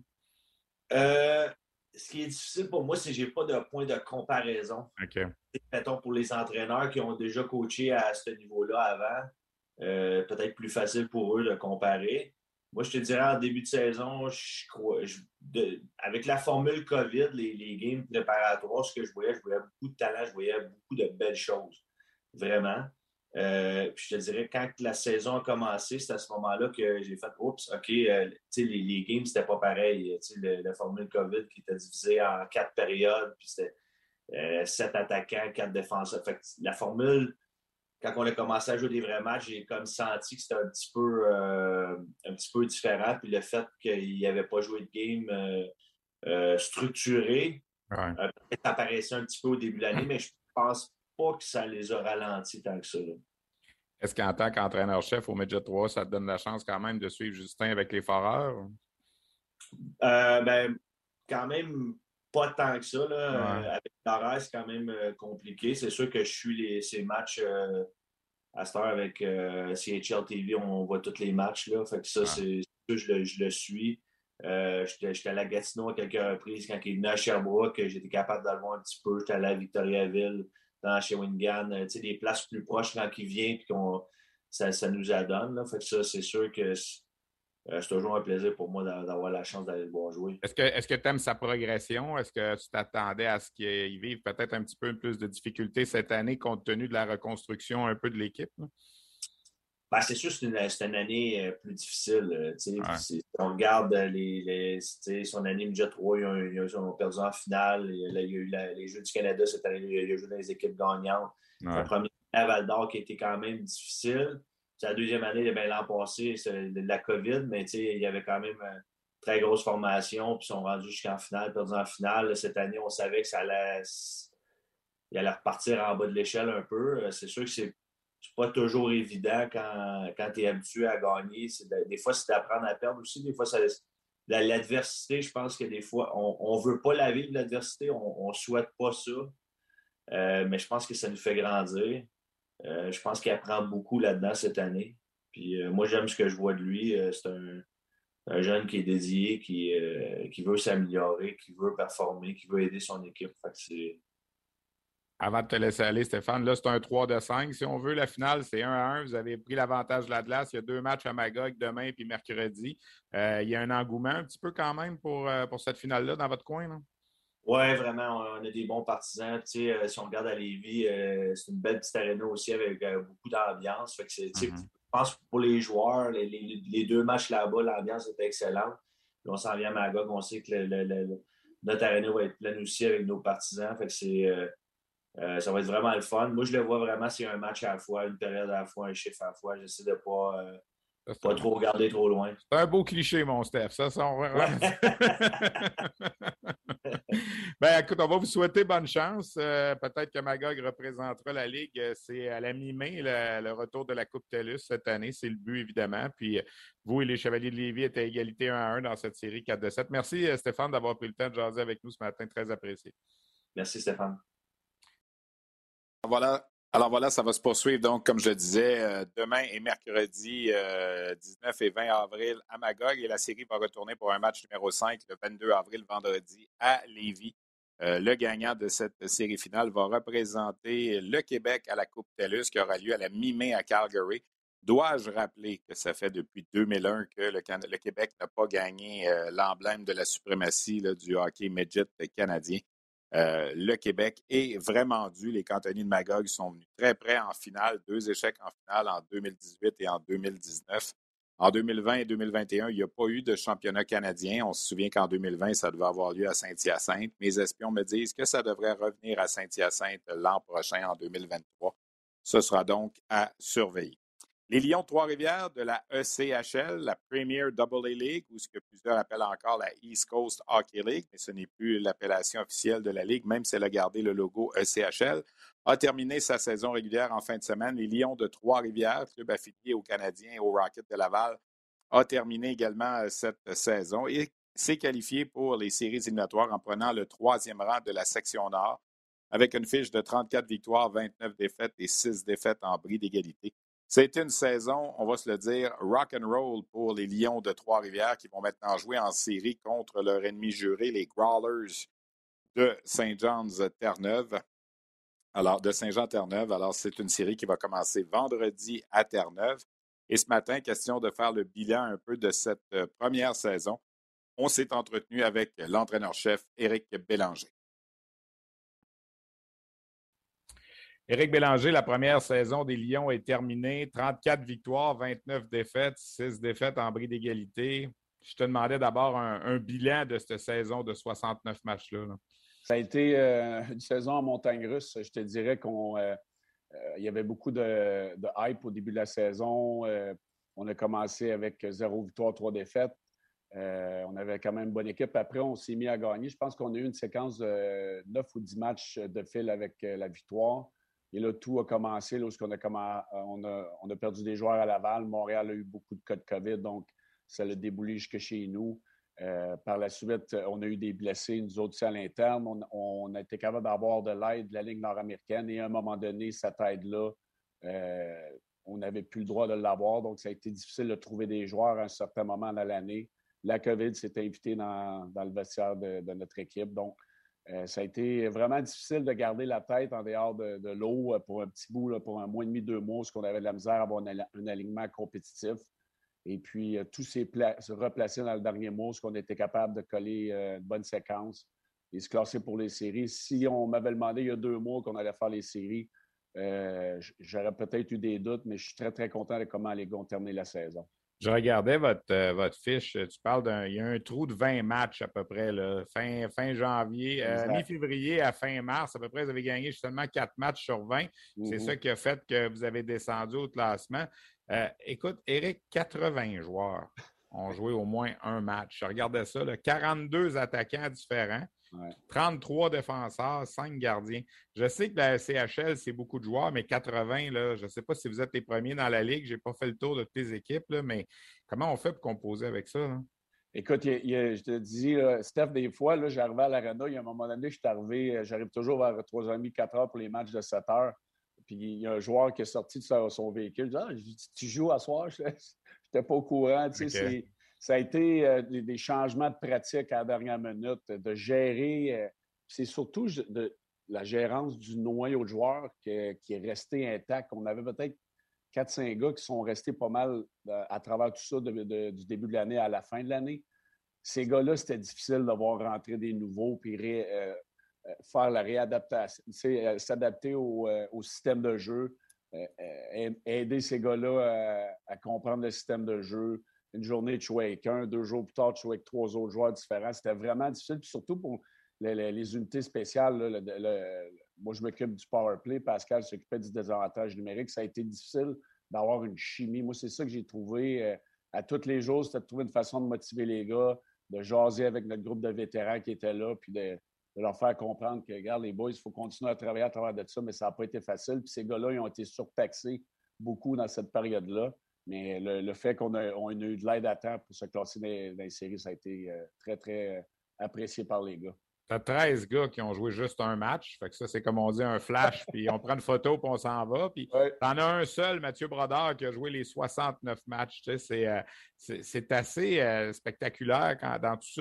S6: Ce qui est difficile pour moi, c'est que je n'ai pas de point de comparaison.
S4: OK.
S6: Mettons, pour les entraîneurs qui ont déjà coaché à ce niveau-là avant, peut-être plus facile pour eux de comparer. Moi, je te dirais, en début de saison, avec la formule COVID, les games préparatoires, ce que je voyais beaucoup de talent, je voyais beaucoup de belles choses. Vraiment. Puis je te dirais, quand la saison a commencé, c'est à ce moment-là que j'ai fait « Oups, OK, les games, c'était pas pareil. » La formule COVID qui était divisée en 4 périodes, puis c'était 7 attaquants, 4 défenseurs. Fait que la formule, quand on a commencé à jouer des vrais matchs, j'ai comme senti que c'était un petit peu différent. Puis le fait qu'il n'avait pas joué de game structuré, ça apparaissait un petit peu au début de l'année, mais je pense pas que ça les a ralentis tant que ça. Là.
S4: Est-ce qu'en tant qu'entraîneur-chef au Midget 3, ça te donne la chance quand même de suivre Justin avec les Foreurs?
S6: Quand même pas tant que ça. Là. Avec l'horaire, c'est quand même compliqué. C'est sûr que je suis ces matchs à cette heure avec CHL TV, on voit tous les matchs. Là. Fait que ça, c'est je le suis. J'étais allé à Gatineau à quelques reprises quand il est venu à Sherbrooke. J'étais capable de le voir un petit peu. J'étais allé à Victoriaville, dans Shawinigan. Des places plus proches quand il vient puis ça nous adonne. Là. Fait que ça, c'est sûr que c'est toujours un plaisir pour moi d'avoir la chance d'aller le voir jouer.
S4: Est-ce que tu aimes sa progression? Est-ce que tu t'attendais à ce qu'il vive peut-être un petit peu plus de difficultés cette année compte tenu de la reconstruction un peu de l'équipe?
S6: C'est sûr que c'est une année plus difficile. Si on regarde son année Midget 3, ils ont perdu en finale. Il y a eu les Jeux du Canada cette année. Il a joué dans les équipes gagnantes. Sa première année à Val-d'Or qui a été quand même difficile. Sa deuxième année, l'an passé, c'est de la COVID, mais il y avait quand même une très grosse formation. Puis ils sont rendus jusqu'en finale, perdus en finale. Cette année, on savait que il allait repartir en bas de l'échelle un peu. C'est sûr que c'est pas toujours évident quand tu es habitué à gagner. Des fois, c'est d'apprendre à perdre aussi. Des fois, l'adversité, je pense que des fois, on ne veut pas la vivre, l'adversité. On ne souhaite pas ça. Mais je pense que ça nous fait grandir. Je pense qu'il apprend beaucoup là-dedans cette année. Puis moi, j'aime ce que je vois de lui. C'est un jeune qui est dédié, qui veut s'améliorer, qui veut performer, qui veut aider son équipe. Fait que c'est...
S4: Avant de te laisser aller, Stéphane, là, c'est un 3-5. Si on veut, la finale, c'est 1-1. Vous avez pris l'avantage de la glace. Il y a 2 matchs à Magog demain puis mercredi. Il y a un engouement un petit peu quand même pour cette finale-là dans votre coin, là?
S6: Oui, vraiment, on a des bons partisans. Si on regarde à Lévis, c'est une belle petite aréna aussi avec beaucoup d'ambiance. Fait que je pense que pour les joueurs, les 2 matchs là-bas, l'ambiance était excellente. Puis on s'en vient à Magog, on sait que notre aréna va être pleine aussi avec nos partisans. Fait que ça va être vraiment le fun. Moi, je le vois vraiment, c'est un match à la fois, une période à la fois, un chiffre à la fois. J'essaie de pas trop regarder trop loin.
S4: C'est un beau cliché, mon Steph. Ça on va... écoute, on va vous souhaiter bonne chance. Peut-être que Magog représentera la Ligue. C'est à la mi-mai, le retour de la Coupe TELUS cette année. C'est le but, évidemment. Puis vous et les Chevaliers de Lévis êtes à égalité 1-1 dans cette série 4-7. Merci, Stéphane, d'avoir pris le temps de jaser avec nous ce matin. Très apprécié.
S6: Merci, Stéphane.
S2: Alors voilà, ça va se poursuivre. Donc, comme je le disais, demain et mercredi 19 et 20 avril à Magog. Et la série va retourner pour un match numéro 5 le 22 avril, vendredi, à Lévis. Le gagnant de cette série finale va représenter le Québec à la Coupe TELUS qui aura lieu à la mi-mai à Calgary.
S4: Dois-je rappeler que ça fait depuis 2001 que le Québec n'a pas gagné l'emblème de la suprématie là, du hockey midget canadien? Le Québec est vraiment dû. Les cantonniers de Magog sont venus très près en finale, 2 échecs en finale en 2018 et en 2019. En 2020 et 2021, il n'y a pas eu de championnat canadien. On se souvient qu'en 2020, ça devait avoir lieu à Saint-Hyacinthe. Mes espions me disent que ça devrait revenir à Saint-Hyacinthe l'an prochain, en 2023. Ce sera donc à surveiller. Les Lions de Trois-Rivières de la ECHL, la Premier AA League, ou ce que plusieurs appellent encore la East Coast Hockey League, mais ce n'est plus l'appellation officielle de la Ligue, même si elle a gardé le logo ECHL, a terminé sa saison régulière en fin de semaine. Les Lions de Trois-Rivières, club affilié aux Canadiens et aux Rockets de Laval, a terminé également cette saison et s'est qualifié pour les séries éliminatoires en prenant le 3e rang de la section Nord avec une fiche de 34 victoires, 29 défaites et 6 défaites en bris d'égalité. C'était une saison, on va se le dire, rock and roll pour les Lions de Trois-Rivières qui vont maintenant jouer en série contre leur ennemi juré, les Growlers de Saint-Jean-Terre-Neuve. Alors, de Saint-Jean-Terre-Neuve. Alors, c'est une série qui va commencer vendredi à Terre-Neuve. Et ce matin, question de faire le bilan un peu de cette première saison. On s'est entretenu avec l'entraîneur-chef Éric Bélanger.
S2: Éric Bélanger, la première saison des Lions est terminée. 34 victoires, 29 défaites, 6 défaites en bris d'égalité. Je te demandais d'abord un bilan de cette saison de 69 matchs-là. Là.
S7: Ça a été une saison en montagne russe. Je te dirais qu'il y avait beaucoup de hype au début de la saison. On a commencé avec 0 victoire, 3 défaites. On avait quand même une bonne équipe. Après, on s'est mis à gagner. Je pense qu'on a eu une séquence de 9 ou 10 matchs de fil avec la victoire. Et là, tout a commencé lorsqu'on on a perdu des joueurs à Laval. Montréal a eu beaucoup de cas de COVID, donc ça l'a déboulé jusque chez nous. Par la suite, on a eu des blessés, nous autres aussi à l'interne. On a été capable d'avoir de l'aide de la Ligue nord-américaine et à un moment donné, cette aide-là, on n'avait plus le droit de l'avoir. Donc, ça a été difficile de trouver des joueurs à un certain moment dans l'année. La COVID s'est invitée dans le vestiaire de notre équipe. Donc, ça a été vraiment difficile de garder la tête en dehors de l'eau pour un petit bout, là, pour un mois et demi, 2 mois, parce qu'on avait de la misère à avoir un alignement compétitif. Et puis, tout s'est replacé dans le dernier mois, parce qu'on était capable de coller une bonne séquence et se classer pour les séries. Si on m'avait demandé il y a 2 mois qu'on allait faire les séries, j'aurais peut-être eu des doutes, mais je suis très, très content de comment les gars ont terminé la saison.
S2: Je regardais votre fiche. Tu parles il y a un trou de 20 matchs à peu près, là, fin janvier, mi-février à fin mars. À peu près, vous avez gagné seulement 4 matchs sur 20. C'est ça qui a fait que vous avez descendu au classement. Écoute, Éric, 80 joueurs ont joué au moins un match. Je regardais ça, là, 42 attaquants différents. Ouais. 33 défenseurs, 5 gardiens. Je sais que la CHL, c'est beaucoup de joueurs, mais 80, là, je ne sais pas si vous êtes les premiers dans la Ligue. Je n'ai pas fait le tour de toutes les équipes, là, mais comment on fait pour composer avec ça? Là?
S7: Écoute, je te dis, Steph, des fois, là, j'arrivais à l'Arena, il y a un moment donné, j'arrive toujours vers 3h30, 4h pour les matchs de 7h. Puis il y a un joueur qui est sorti de son véhicule. Je dis, tu joues à soir? Je n'étais pas au courant. Tu sais, okay. Ça a été des changements de pratique à la dernière minute, de gérer. C'est surtout de la gérance du noyau de joueurs qui est resté intact. On avait peut-être 4-5 gars qui sont restés pas mal à travers tout ça du début de l'année à la fin de l'année. Ces gars-là, c'était difficile de voir rentrer des nouveaux puis faire la réadaptation, s'adapter au système de jeu, aider ces gars-là à comprendre le système de jeu. Une journée, de jouer avec 1, 2 jours plus tard, de jouer avec 3 autres joueurs différents. C'était vraiment difficile. Puis surtout pour les unités spéciales. Là, moi, je m'occupe du power play. Pascal s'occupait du désavantage numérique. Ça a été difficile d'avoir une chimie. Moi, c'est ça que j'ai trouvé à tous les jours. C'était de trouver une façon de motiver les gars, de jaser avec notre groupe de vétérans qui étaient là, puis de leur faire comprendre que, regarde, les boys, il faut continuer à travailler à travers de ça, mais ça n'a pas été facile. Puis ces gars-là, ils ont été surtaxés beaucoup dans cette période-là. Mais le fait qu'on a eu de l'aide à temps pour se classer dans les séries, ça a été très, très apprécié par les gars.
S2: Tu as 13 gars qui ont joué juste un match. Fait que ça, c'est comme on dit, un flash, puis on prend une photo, puis on s'en va. Puis ouais. Tu en as un seul, Mathieu Brodeur, qui a joué les 69 matchs. Tu sais, c'est assez spectaculaire dans tout ça.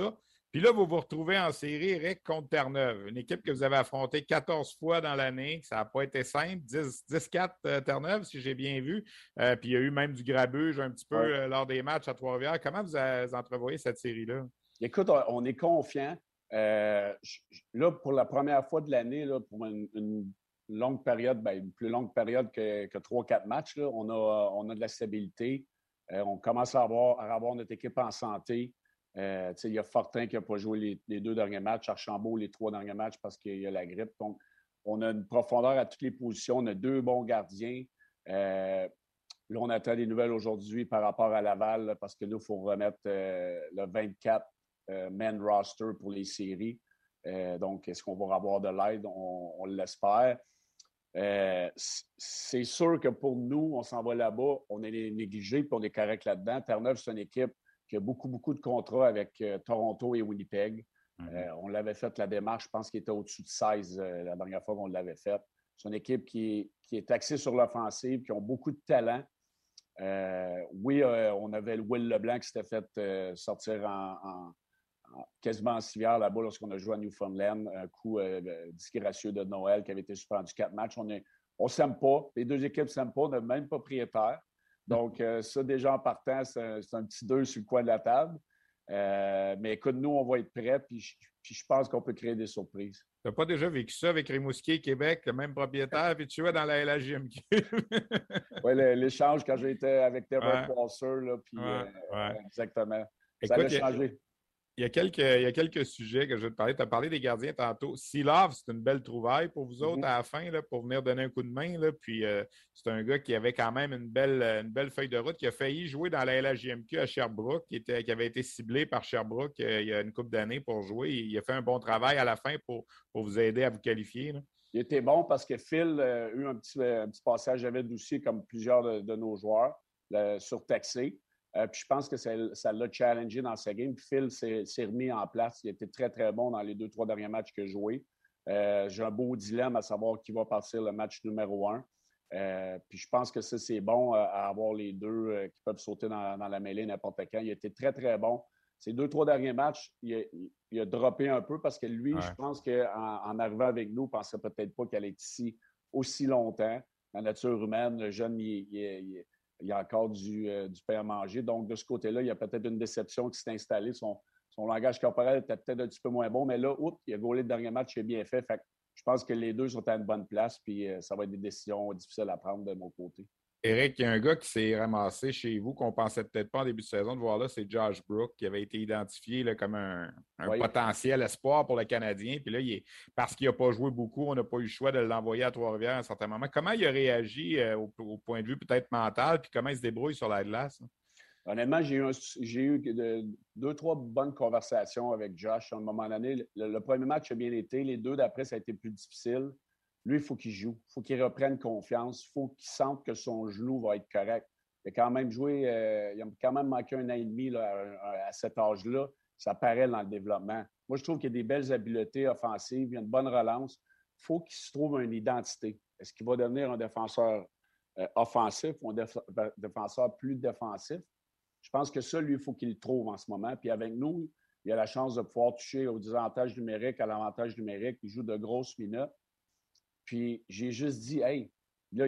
S4: Puis là, vous vous retrouvez en série, Eric, contre Terre-Neuve, une équipe que vous avez affrontée 14 fois dans l'année. Ça n'a pas été simple. 10-4 Terre-Neuve, si j'ai bien vu. Puis il y a eu même du grabuge un petit peu lors des matchs à Trois-Rivières. Comment vous entrevoyez cette série-là?
S7: Écoute, on est confiant. Là, pour la première fois de l'année, là, pour une longue période, une plus longue période que 3-4 matchs, là, on a de la stabilité. On commence à avoir notre équipe en santé. Il y a Fortin qui n'a pas joué les 2 derniers matchs, Archambault les 3 derniers matchs parce qu'il y a la grippe. Donc, on a une profondeur à toutes les positions. On a 2 bons gardiens. Là, on attend des nouvelles aujourd'hui par rapport à Laval là, parce que là, il faut remettre le 24 men roster pour les séries. Donc, est-ce qu'on va avoir de l'aide? On l'espère. C'est sûr que pour nous, on s'en va là-bas, on est négligé puis on est correct là-dedans. Terre-Neuve, c'est une équipe qui a beaucoup, beaucoup de contrats avec Toronto et Winnipeg. On l'avait fait la démarche, je pense qu'il était au-dessus de 16 la dernière fois qu'on l'avait fait. C'est une équipe qui est axée sur l'offensive, qui ont beaucoup de talent. On avait le Will Leblanc qui s'était fait sortir quasiment en civière là-bas lorsqu'on a joué à Newfoundland. Un coup disgracieux de Noël qui avait été suspendu 4 matchs. On ne s'aime pas. Les 2 équipes ne s'aiment pas. On n'a même pas propriétaire. Donc, ça, déjà en partant, c'est un petit 2 sur le coin de la table. Mais écoute, nous, on va être prêts, puis je pense qu'on peut créer des surprises.
S4: Tu n'as pas déjà vécu ça avec Rimouski, Québec, le même propriétaire, puis tu es dans la LHJMQ?
S7: Oui, l'échange quand j'étais avec Trevor Prosser, là, puis exactement.
S4: Écoute,
S7: ça a changé.
S4: Il y a quelques sujets que je vais te parler. Tu as parlé des gardiens tantôt. Seelove, c'est une belle trouvaille pour vous autres à la fin, là, pour venir donner un coup de main. Là. Puis c'est un gars qui avait quand même une belle feuille de route, qui a failli jouer dans la LHJMQ à Sherbrooke, qui avait été ciblé par Sherbrooke il y a une couple d'années pour jouer. Il a fait un bon travail à la fin pour vous aider à vous qualifier. Là.
S7: Il était bon parce que Phil a eu un petit passage à vide aussi, comme plusieurs de nos joueurs, surtaxés. Puis je pense que ça l'a challengé dans sa game. Puis Phil s'est remis en place. Il a été très, très bon dans les 2-3 derniers matchs qu'il a joué. J'ai un beau dilemme à savoir qui va partir le match numéro 1. Puis je pense que ça, c'est bon à avoir les 2 qui peuvent sauter dans la mêlée n'importe quand. Il a été très, très bon. Ces 2-3 derniers matchs, il a droppé un peu parce que lui, je pense qu'en arrivant avec nous, il ne pensait peut-être pas qu'elle est ici aussi longtemps. La nature humaine, le jeune, il y a encore du pain à manger. Donc, de ce côté-là, il y a peut-être une déception qui s'est installée. Son langage corporel était peut-être un petit peu moins bon, mais là, il a gaulé le dernier match, il a bien fait. Fait que je pense que les 2 sont à une bonne place, puis ça va être des décisions difficiles à prendre de mon côté.
S4: Eric, il y a un gars qui s'est ramassé chez vous qu'on ne pensait peut-être pas en début de saison de voir là, c'est Josh Brook, qui avait été identifié là, comme un potentiel espoir pour le Canadien. Puis là, parce qu'il n'a pas joué beaucoup, on n'a pas eu le choix de l'envoyer à Trois-Rivières à un certain moment. Comment il a réagi au point de vue peut-être mental, puis comment il se débrouille sur la glace? Hein?
S7: Honnêtement, j'ai eu 2-3 bonnes conversations avec Josh à un moment donné. Le premier match a bien été. Les 2 d'après, ça a été plus difficile. Lui, il faut qu'il joue. Il faut qu'il reprenne confiance. Il faut qu'il sente que son genou va être correct. Il a quand même joué, il a quand même manqué 1 an et demi là, à cet âge-là. Ça paraît dans le développement. Moi, je trouve qu'il y a des belles habiletés offensives. Il y a une bonne relance. Il faut qu'il se trouve une identité. Est-ce qu'il va devenir un défenseur offensif ou un défenseur plus défensif? Je pense que ça, lui, il faut qu'il le trouve en ce moment. Puis avec nous, il a la chance de pouvoir toucher au désavantage numérique, à l'avantage numérique. Il joue de grosses minutes. Puis j'ai juste dit, hey, là,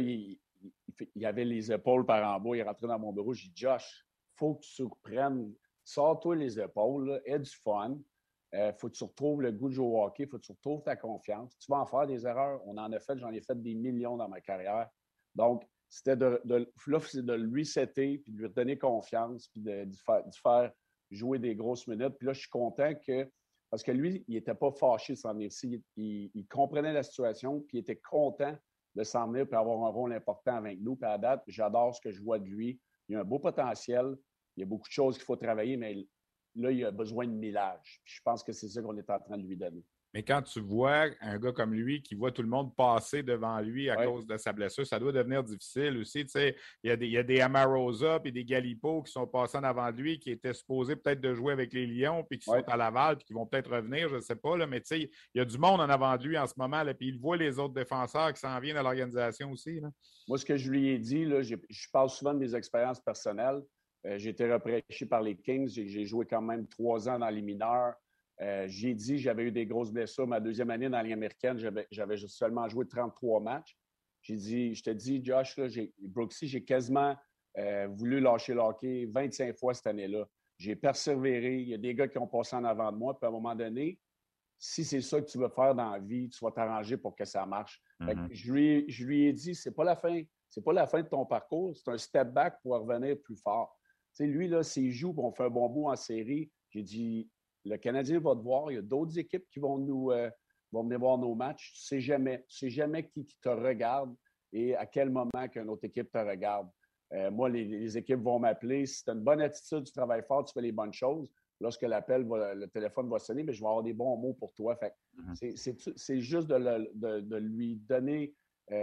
S7: il avait les épaules par en bas, il est rentré dans mon bureau. J'ai dit, Josh, il faut que tu reprennes, sors-toi les épaules, là, aie du fun. Faut que tu retrouves le goût de jouer au hockey, faut que tu retrouves ta confiance. Tu vas en faire des erreurs. On en a fait, j'en ai fait des millions dans ma carrière. Donc, c'était de le resetter, puis de lui redonner confiance, puis de faire jouer des grosses minutes. Puis là, je suis content parce que lui, il n'était pas fâché de s'en venir ici. Il comprenait la situation, puis il était content de s'en venir et avoir un rôle important avec nous. Puis à date, j'adore ce que je vois de lui. Il a un beau potentiel. Il y a beaucoup de choses qu'il faut travailler, mais là, il a besoin de millage. Puis je pense que c'est ça qu'on est en train de lui donner.
S4: Mais quand tu vois un gars comme lui qui voit tout le monde passer devant lui à cause de sa blessure, ça doit devenir difficile aussi. Tu sais, il y a des Amarosa et des Galipo qui sont passés en avant de lui, qui étaient supposés peut-être de jouer avec les Lions, puis qui sont à Laval, puis qui vont peut-être revenir, je ne sais pas. Là, mais tu sais, il y a du monde en avant de lui en ce moment, là, puis il voit les autres défenseurs qui s'en viennent à l'organisation aussi. Là.
S7: Moi, ce que je lui ai dit, là, je parle souvent de mes expériences personnelles. J'ai été repêché par les Kings. J'ai joué quand même 3 ans dans les mineurs. J'ai dit j'avais eu des grosses blessures. Ma deuxième année dans la Ligue américaine, j'avais seulement joué 33 matchs. J'ai dit, je te dis, Josh, là, Brooksy, j'ai quasiment voulu lâcher le hockey 25 fois cette année-là. J'ai persévéré. Il y a des gars qui ont passé en avant de moi. Puis à un moment donné, si c'est ça que tu veux faire dans la vie, tu vas t'arranger pour que ça marche. Fait que je lui ai dit, c'est pas la fin de ton parcours, c'est un step back pour revenir plus fort. Tu sais, lui, là, s'il joue, on fait un bon bout en série, j'ai dit, le Canadien va te voir, il y a d'autres équipes qui vont venir voir nos matchs. Tu sais jamais qui te regarde et à quel moment qu'une autre équipe te regarde. Moi, les équipes vont m'appeler. Si tu as une bonne attitude, tu travailles fort, tu fais les bonnes choses. Lorsque le téléphone va sonner, mais je vais avoir des bons mots pour toi. Fait c'est juste de lui donner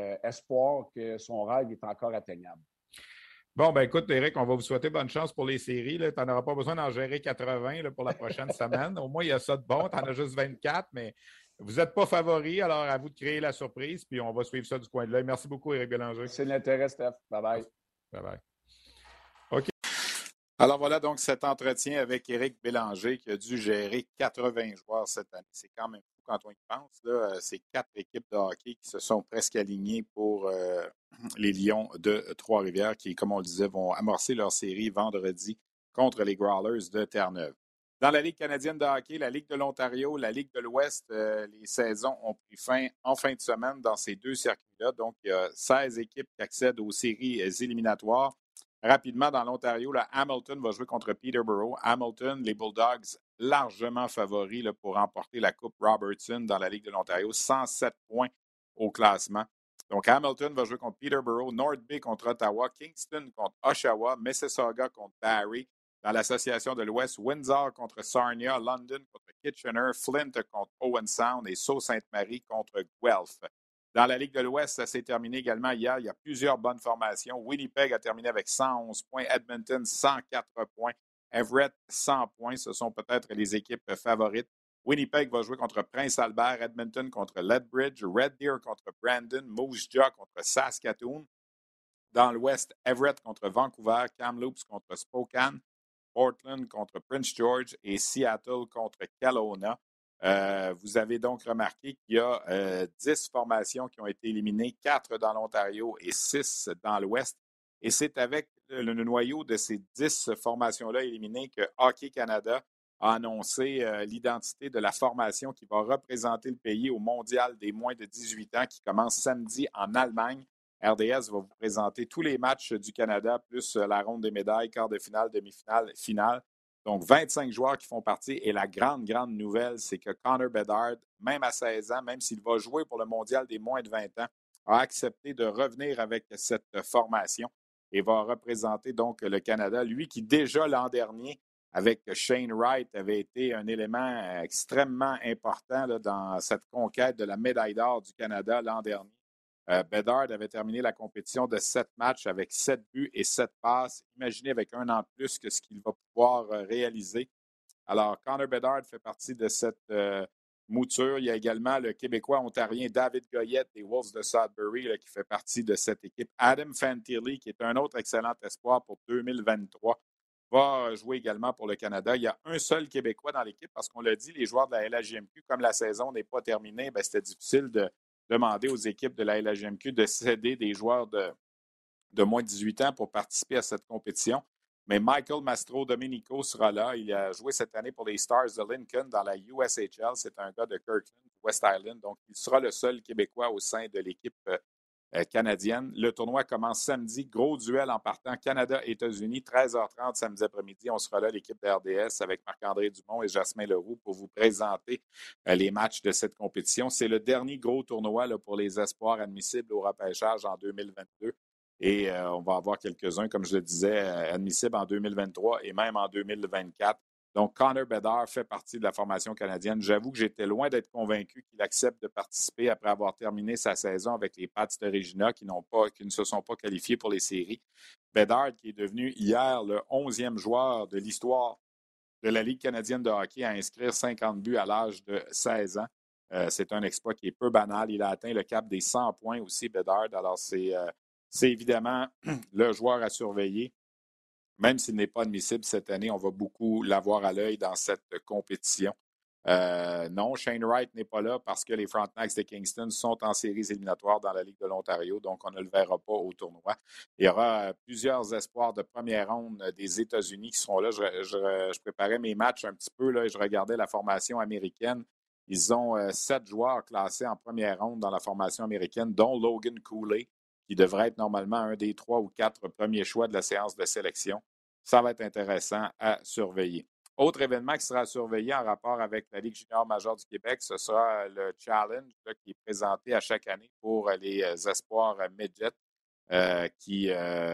S7: espoir que son rêve est encore atteignable.
S4: Bon, ben écoute, Éric, on va vous souhaiter bonne chance pour les séries. Tu n'en auras pas besoin d'en gérer 80 là, pour la prochaine semaine. Au moins, il y a ça de bon. Tu en as juste 24, mais vous n'êtes pas favori, alors à vous de créer la surprise, puis on va suivre ça du coin de l'œil. Merci beaucoup, Éric Bélanger.
S7: C'est l'intérêt, Steph. Bye-bye.
S4: Bye-bye. OK. Alors voilà donc cet entretien avec Éric Bélanger qui a dû gérer 80 joueurs cette année. C'est quand même fou quand on y pense. Là. C'est 4 équipes de hockey qui se sont presque alignées pour les Lions de Trois-Rivières qui, comme on le disait, vont amorcer leur série vendredi contre les Growlers de Terre-Neuve. Dans la Ligue canadienne de hockey, la Ligue de l'Ontario, la Ligue de l'Ouest, les saisons ont pris fin en fin de semaine dans ces deux circuits-là. Donc, il y a 16 équipes qui accèdent aux séries éliminatoires. Rapidement, dans l'Ontario, Hamilton va jouer contre Peterborough. Hamilton, les Bulldogs, largement favoris là, pour remporter la Coupe Robertson dans la Ligue de l'Ontario. 107 points au classement. Donc, Hamilton va jouer contre Peterborough, North Bay contre Ottawa, Kingston contre Oshawa, Mississauga contre Barrie. Dans l'Association de l'Ouest, Windsor contre Sarnia, London contre Kitchener, Flint contre Owen Sound et Sault-Sainte-Marie contre Guelph. Dans la Ligue de l'Ouest, ça s'est terminé également hier. Il y a plusieurs bonnes formations. Winnipeg a terminé avec 111 points, Edmonton 104 points, Everett 100 points. Ce sont peut-être les équipes favorites. Winnipeg va jouer contre Prince-Albert, Edmonton contre Lethbridge, Red Deer contre Brandon, Moose Jaw contre Saskatoon. Dans l'Ouest, Everett contre Vancouver, Kamloops contre Spokane, Portland contre Prince George et Seattle contre Kelowna. Vous avez donc remarqué qu'il y a 10 formations qui ont été éliminées, 4 dans l'Ontario et 6 dans l'Ouest. Et c'est avec le noyau de ces 10 formations-là éliminées que Hockey Canada a annoncé l'identité de la formation qui va représenter le pays au Mondial des moins de 18 ans qui commence samedi en Allemagne. RDS va vous présenter tous les matchs du Canada, plus la ronde des médailles, quart de finale, demi-finale, finale. Donc, 25 joueurs qui font partie. Et la grande nouvelle, c'est que Connor Bedard, même à 16 ans, même s'il va jouer pour le Mondial des moins de 20 ans, a accepté de revenir avec cette formation et va représenter donc le Canada. Lui qui, déjà l'an dernier, avec Shane Wright, avait été un élément extrêmement important là, dans cette conquête de la médaille d'or du Canada l'an dernier. Bedard avait terminé la compétition de 7 matchs avec 7 buts et 7 passes. Imaginez avec un an de plus que ce qu'il va pouvoir réaliser. Alors, Connor Bedard fait partie de cette mouture. Il y a également le Québécois ontarien David Goyette des Wolves de Sudbury là, qui fait partie de cette équipe. Adam Fantilli, qui est un autre excellent espoir pour 2023, va jouer également pour le Canada. Il y a un seul Québécois dans l'équipe parce qu'on l'a dit, les joueurs de la LHJMQ, comme la saison n'est pas terminée, c'était difficile de demander aux équipes de la LHJMQ de céder des joueurs de moins de 18 ans pour participer à cette compétition. Mais Michael Mastro-Domenico sera là. Il a joué cette année pour les Stars de Lincoln dans la USHL. C'est un gars de Kirkland, West Island. Donc, il sera le seul Québécois au sein de l'équipe canadienne. Le tournoi commence samedi. Gros duel en partant Canada-États-Unis, 13h30 samedi après-midi. On sera là, l'équipe de RDS, avec Marc-André Dumont et Jasmin Leroux pour vous présenter les matchs de cette compétition. C'est le dernier gros tournoi là, pour les espoirs admissibles au repêchage en 2022. Et on va avoir quelques-uns, comme je le disais, admissibles en 2023 et même en 2024. Donc, Connor Bedard fait partie de la formation canadienne. J'avoue que j'étais loin d'être convaincu qu'il accepte de participer après avoir terminé sa saison avec les Pats de Regina qui ne se sont pas qualifiés pour les séries. Bedard, qui est devenu hier le 11e joueur de l'histoire de la Ligue canadienne de hockey à inscrire 50 buts à l'âge de 16 ans. C'est un exploit qui est peu banal. Il a atteint le cap des 100 points aussi, Bedard. Alors, c'est évidemment le joueur à surveiller. Même s'il n'est pas admissible cette année, on va beaucoup l'avoir à l'œil dans cette compétition. Non, Shane Wright n'est pas là parce que les Frontenacs de Kingston sont en séries éliminatoires dans la Ligue de l'Ontario, donc on ne le verra pas au tournoi. Il y aura plusieurs espoirs de première ronde des États-Unis qui seront là. Je préparais mes matchs un petit peu là, et je regardais la formation américaine. Ils ont 7 joueurs classés en première ronde dans la formation américaine, dont Logan Cooley, qui devrait être normalement un des 3 ou 4 premiers choix de la séance de sélection. Ça va être intéressant à surveiller. Autre événement qui sera surveillé en rapport avec la Ligue junior majeure du Québec, ce sera le Challenge là, qui est présenté à chaque année pour les espoirs midget qui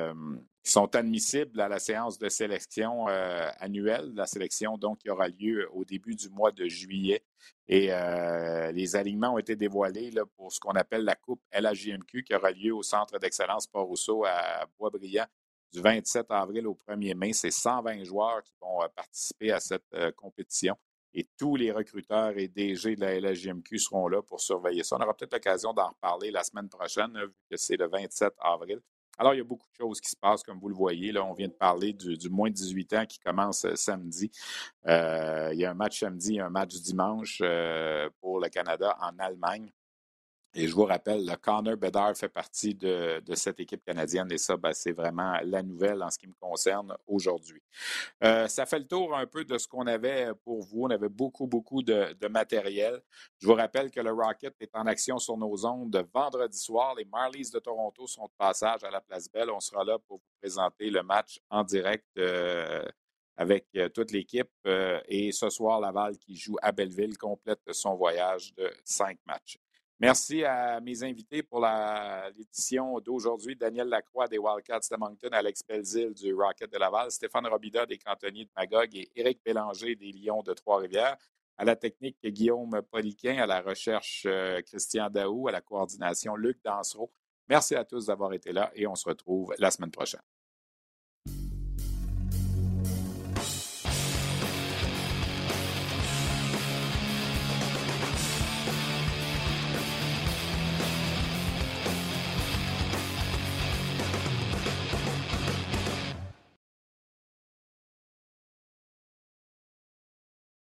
S4: sont admissibles à la séance de sélection annuelle. La sélection, donc, qui aura lieu au début du mois de juillet. Et les alignements ont été dévoilés là, pour ce qu'on appelle la Coupe LHJMQ qui aura lieu au Centre d'excellence Port-Rousseau à Boisbriand du 27 avril au 1er mai. C'est 120 joueurs qui vont participer à cette compétition. Et tous les recruteurs et DG de la LHJMQ seront là pour surveiller ça. On aura peut-être l'occasion d'en reparler la semaine prochaine, vu que c'est le 27 avril. Alors, il y a beaucoup de choses qui se passent, comme vous le voyez. Là, on vient de parler du moins de 18 ans qui commence samedi. Il y a un match samedi et un match dimanche pour le Canada en Allemagne. Et je vous rappelle, le Connor Bedard fait partie de cette équipe canadienne et ça, c'est vraiment la nouvelle en ce qui me concerne aujourd'hui. Ça fait le tour un peu de ce qu'on avait pour vous. On avait beaucoup de matériel. Je vous rappelle que le Rocket est en action sur nos ondes vendredi soir. Les Marlies de Toronto sont de passage à la Place Belle. On sera là pour vous présenter le match en direct avec toute l'équipe. Et ce soir, Laval qui joue à Belleville complète son voyage de 5 matchs. Merci à mes invités pour l'édition d'aujourd'hui. Daniel Lacroix des Wildcats de Moncton, Alex Belzile du Rocket de Laval, Stéphane Robida des Cantonniers de Magog et Éric Bélanger des Lions de Trois-Rivières. À la technique, Guillaume Poliquin, à la recherche, Christian Daou, à la coordination, Luc Dansereau. Merci à tous d'avoir été là et on se retrouve la semaine prochaine.